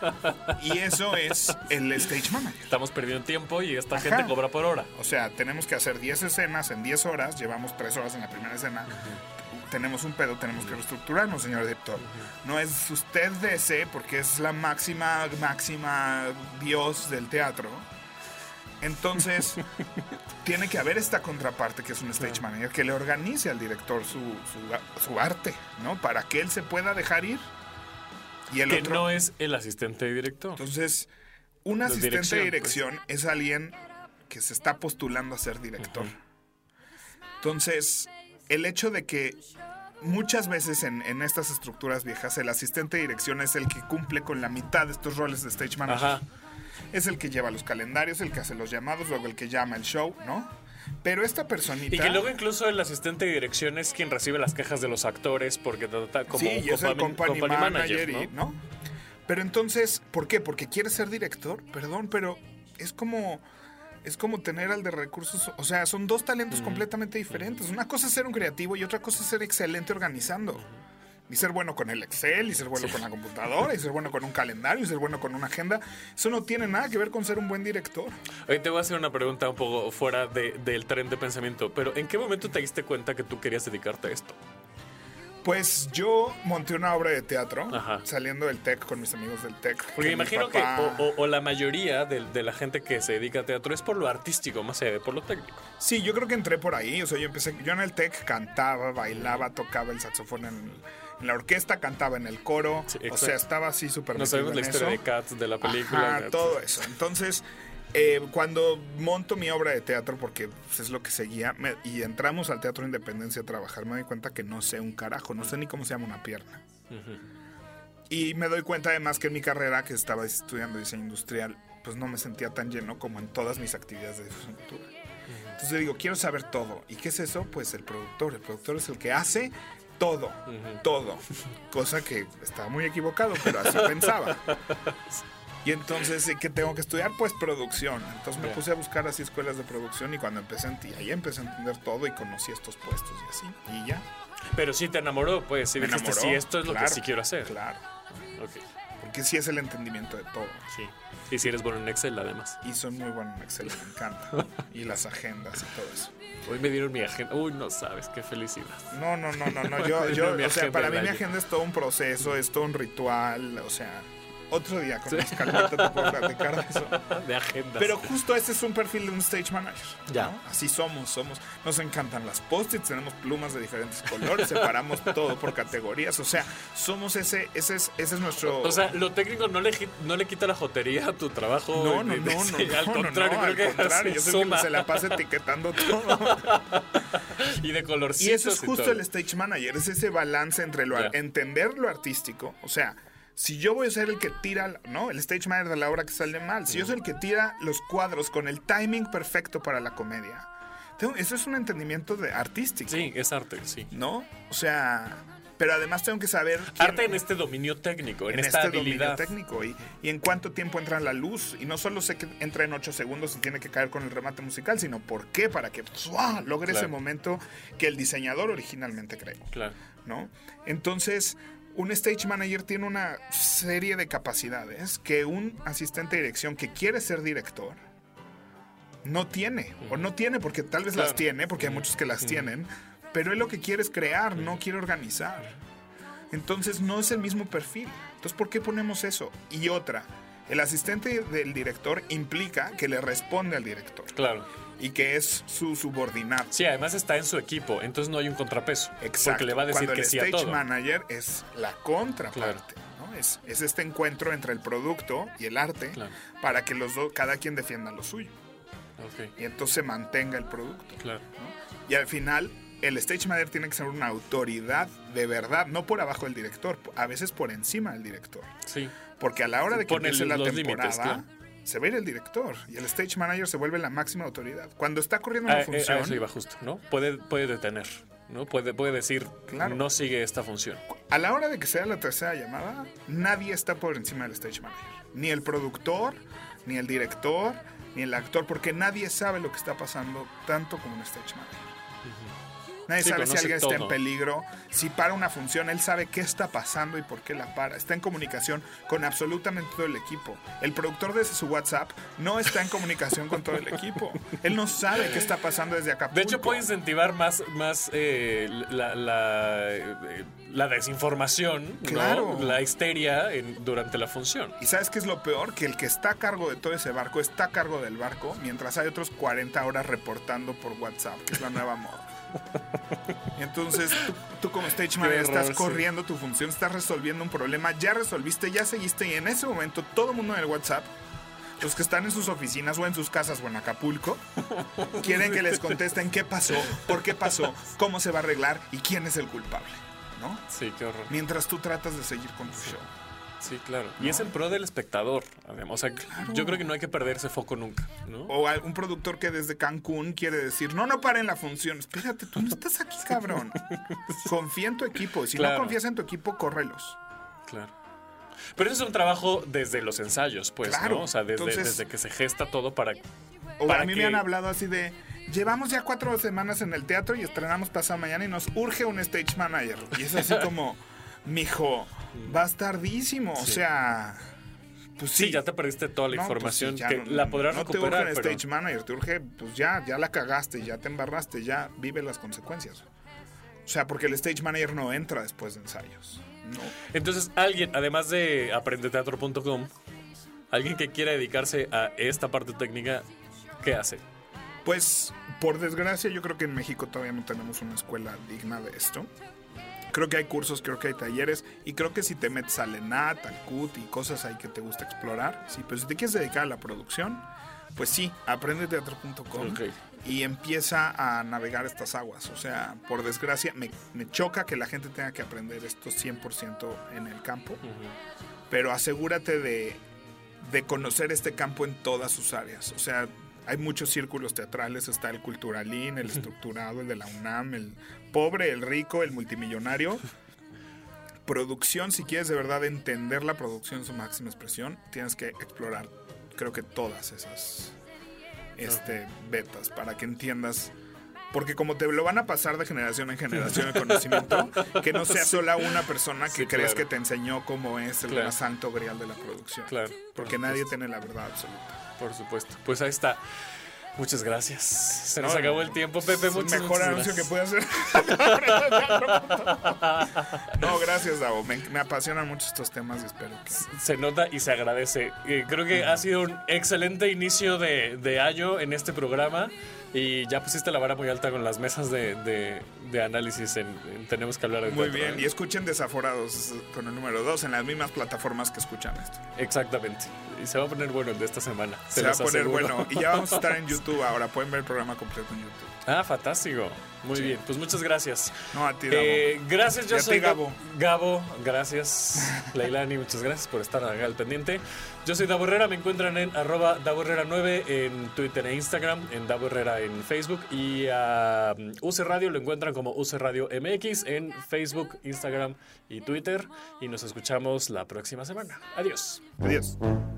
Y eso es el stage manager. Estamos perdiendo tiempo y esta gente cobra por hora. O sea, tenemos que hacer 10 escenas en 10 horas, llevamos 3 horas en la primera escena. Tenemos un pedo, tenemos que reestructurarnos, señor director. No es usted DC porque es la máxima dios del teatro. Entonces, tiene que haber esta contraparte que es un stage manager que le organice al director su arte, ¿no? Para que él se pueda dejar ir. Y el que otro no es el asistente de director. Entonces, un asistente de dirección es alguien que se está postulando a ser director. Entonces, el hecho de que muchas veces en estas estructuras viejas el asistente de dirección es el que cumple con la mitad de estos roles de stage manager. Es el que lleva los calendarios, el que hace los llamados, luego el que llama el show, ¿no? Pero esta personita... Y que luego incluso el asistente de dirección es quien recibe las quejas de los actores porque trata como y es el company manager, ¿no? Pero entonces, ¿por qué? Porque quiere ser director, perdón, pero es como tener al de recursos, o sea, son dos talentos completamente diferentes. Una cosa es ser un creativo y otra cosa es ser excelente organizando. Y ser bueno con el Excel, y ser bueno con la computadora, y ser bueno con un calendario, y ser bueno con una agenda. Eso no tiene nada que ver con ser un buen director. Oye, te voy a hacer una pregunta un poco fuera del tren de pensamiento, pero ¿en qué momento te diste cuenta que tú querías dedicarte a esto? Pues yo monté una obra de teatro saliendo del TEC con mis amigos del TEC. Porque imagino que o la mayoría de la gente que se dedica a teatro es por lo artístico, más allá de por lo técnico. Sí, yo creo que entré por ahí. O sea, yo en el TEC cantaba, bailaba, tocaba el saxofón en la orquesta, cantaba en el coro. Sí, o sea, estaba así súper metido en eso. No sabemos la historia de Cats, de la película. Todo eso. Entonces... cuando monto mi obra de teatro, porque pues, es lo que seguía, y entramos al Teatro Independencia a trabajar, me doy cuenta que no sé un carajo, no sé ni cómo se llama una pierna. Y me doy cuenta además que en mi carrera, que estaba estudiando diseño industrial, pues no me sentía tan lleno como en todas mis actividades de difusión cultural. Entonces digo, quiero saber todo. ¿Y qué es eso? Pues el productor. El productor es el que hace todo, todo. Cosa que estaba muy equivocado, pero así pensaba. Y entonces, ¿qué tengo que estudiar? Pues producción. Entonces me puse a buscar así escuelas de producción y cuando ahí empecé a entender todo y conocí estos puestos y así. Y ya. Pero sí te enamoró, pues. Sí, me dijiste, enamoró, sí, esto es lo que sí quiero hacer. Claro. Okay. porque sí es el entendimiento de todo. Sí. Y si eres bueno en Excel, además. Y soy muy bueno en Excel, me encanta. Y las agendas y todo eso. Hoy me dieron mi agenda. Uy, no sabes, qué felicidad. No. Yo, o sea, para mí mi agenda es todo un proceso, es todo un ritual, o sea... Otro día con más calmita te puedo platicar de eso. De agendas. Pero justo ese es un perfil de un stage manager. Ya. ¿No? Así somos. Nos encantan las post-its, tenemos plumas de diferentes colores, separamos todo por categorías. O sea, somos ese es nuestro... O sea, lo técnico no le quita la jotería a tu trabajo. No. Al contrario, creo que al contrario, yo soy suma. que se la pasa etiquetando todo. Y de colorcitos. Y eso es justo todo. el stage manager, es ese balance entre entender lo artístico, o sea... Si yo voy a ser el que tira, ¿no? El stage manager de la obra que sale mal. Si yo soy el que tira los cuadros con el timing perfecto para la comedia. Eso es un entendimiento artístico. Sí, es arte, sí. ¿No? O sea... Pero además tengo que saber... Arte en este dominio técnico, en esta habilidad. Dominio técnico. Y en cuánto tiempo entra la luz. Y no solo sé que entra en 8 segundos y tiene que caer con el remate musical, sino por qué, para que logre ese momento que el diseñador originalmente creó. Claro. ¿No? Entonces... Un stage manager tiene una serie de capacidades que un asistente de dirección que quiere ser director no tiene. O no tiene porque tal vez las tiene, porque hay muchos que las tienen, pero él lo que quiere es crear, no quiere organizar. Entonces no es el mismo perfil. Entonces, ¿por qué ponemos eso? Y otra, el asistente del director implica que le responde al director. Claro. Y que es su subordinado. Sí, además está en su equipo, entonces no hay un contrapeso. Exacto. Porque le va a decir Cuando que sí a todo. el stage manager es la contraparte, ¿no? Es este encuentro entre el producto y el arte para que los dos, cada quien defienda lo suyo. Okay. Y entonces se mantenga el producto. Claro. ¿No? Y al final, el stage manager tiene que ser una autoridad de verdad, no por abajo del director, a veces por encima del director. Sí. Porque a la hora de que empiece la temporada... límites, claro. Se va a ir el director y el stage manager se vuelve la máxima autoridad. Cuando está corriendo una función... A eso iba justo, ¿no? Puede detener, ¿no? Puede decir, no sigue esta función. A la hora de que sea la tercera llamada, nadie está por encima del stage manager. Ni el productor, ni el director, ni el actor, porque nadie sabe lo que está pasando tanto como un stage manager. Nadie sabe si alguien está en peligro. Si para una función, él sabe qué está pasando y por qué la para. Está en comunicación con absolutamente todo el equipo. El productor desde su WhatsApp no está en comunicación con todo el equipo. Él no sabe qué está pasando desde Acapulco. De hecho, puede incentivar más la desinformación, claro, ¿no? La histeria durante la función. ¿Y sabes qué es lo peor? Que el que está a cargo de todo ese barco está a cargo del barco, mientras hay otros 40 horas reportando por WhatsApp, que es la nueva moda. Entonces tú como stage manager estás corriendo tu función, estás resolviendo un problema, ya resolviste, ya seguiste, y en ese momento todo el mundo en el WhatsApp, los que están en sus oficinas o en sus casas o en Acapulco, quieren que les contesten qué pasó, por qué pasó, cómo se va a arreglar y quién es el culpable, ¿no? Sí, qué horror. Mientras tú tratas de seguir con tu show. Sí, claro. ¿No? Y es en pro del espectador. O sea, yo creo que no hay que perder ese foco nunca, ¿no? O un productor que desde Cancún quiere decir, no paren la función. Espérate, tú no estás aquí, cabrón. Confía en tu equipo. Si no confías en tu equipo, córrelos. Claro. Pero eso es un trabajo desde los ensayos, pues, claro, ¿no? O sea, desde que se gesta todo para a mí me han hablado así de... Llevamos ya 4 semanas en el teatro y estrenamos pasado mañana y nos urge un stage manager. Y es así como... Mijo, vas tardísimo, o sea... Pues sí, ya te perdiste toda la información que la podrás recuperar. No te urge el stage manager, te urge, pues ya la cagaste, ya te embarraste, ya vive las consecuencias. O sea, porque el stage manager no entra después de ensayos. No. Entonces, alguien, además de aprendeteatro.com, alguien que quiera dedicarse a esta parte técnica, ¿qué hace? Pues, por desgracia, yo creo que en México todavía no tenemos una escuela digna de esto. Creo que hay cursos, creo que hay talleres, y creo que si te metes al ENAT, al CUT y cosas ahí que te gusta explorar, sí, pero si te quieres dedicar a la producción, pues sí, aprendeteatro.com y empieza a navegar estas aguas. O sea, por desgracia, me choca que la gente tenga que aprender esto 100% en el campo, pero asegúrate de conocer este campo en todas sus áreas. O sea, hay muchos círculos teatrales, está el culturalín, el estructurado, el de la UNAM, el pobre, el rico, el multimillonario. Producción, si quieres de verdad entender la producción en su máxima expresión, tienes que explorar, creo que todas esas betas, para que entiendas porque como te lo van a pasar de generación en generación el conocimiento, que no sea sola una persona que crees que te enseñó cómo es el santo grial de la producción. Claro. Porque nadie tiene la verdad absoluta. Por supuesto. Pues ahí está. Muchas gracias. Se nos acabó el tiempo, Pepe. Es el mejor anuncio que puede hacer. No, gracias, Davo. Me apasionan mucho estos temas y espero que... Se nota y se agradece. Creo que ha sido un excelente inicio de año en este programa. Y ya pusiste la vara muy alta con las mesas de análisis Tenemos que hablar de muy teatro, bien, y escuchen Desaforados con el número 2 en las mismas plataformas que escuchan esto. Exactamente. Y se va a poner bueno el de esta semana. Se va a poner bueno. Y ya vamos a estar en YouTube ahora. Pueden ver el programa completo en YouTube. Ah, fantástico. Muy bien. Pues muchas gracias. No, a ti, Gabo. Gracias, yo soy Gabo. Gabo, gracias. Leilani, muchas gracias por estar acá al pendiente. Yo soy Davo Herrera. Me encuentran en @DavoHerrera9 en Twitter e Instagram, en Davo Herrera en Facebook. Y a UC Radio lo encuentran como UC Radio MX en Facebook, Instagram y Twitter. Y nos escuchamos la próxima semana. Adiós. Adiós.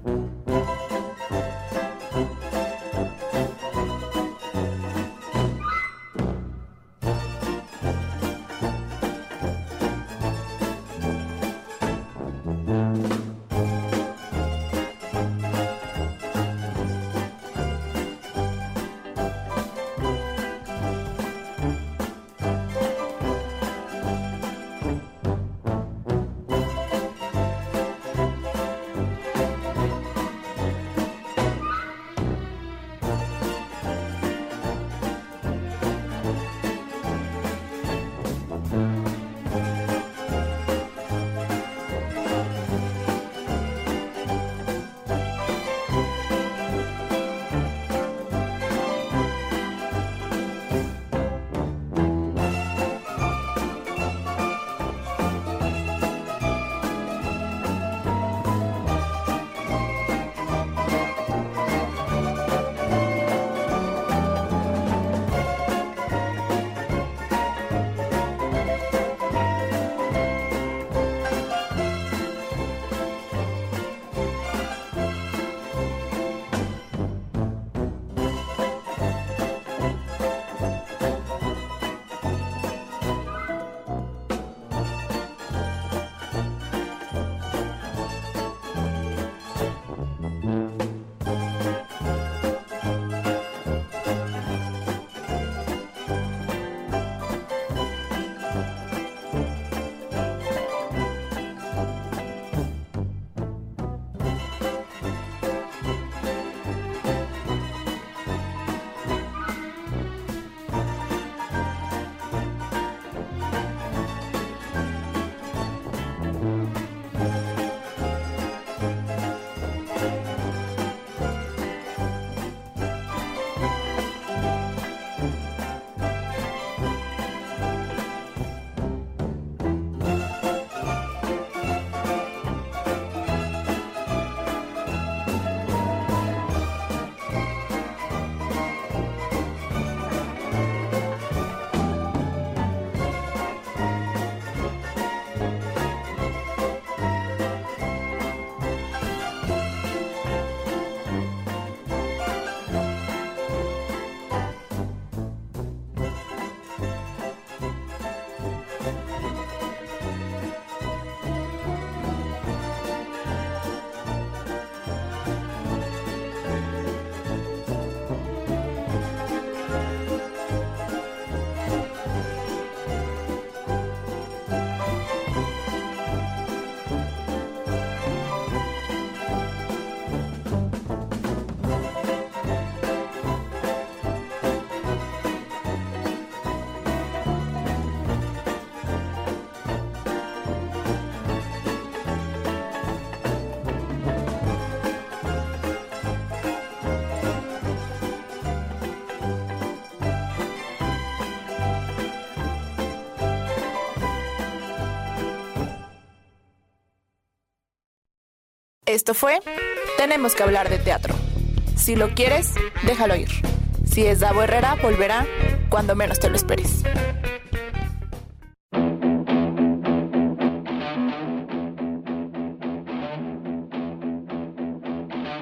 Esto fue Tenemos que hablar de teatro. Si lo quieres, déjalo ir. Si es Davo Herrera, volverá cuando menos te lo esperes.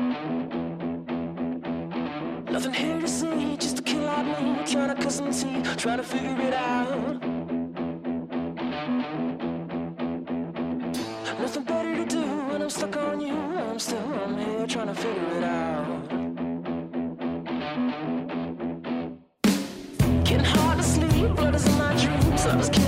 Nothing here to see, just a kill out me, trying to cut some teeth. trying to figure it out. Nothing better to do when I'm stuck on you. I'm here trying to figure it out. Getting hard to sleep, blood is in my dreams. I just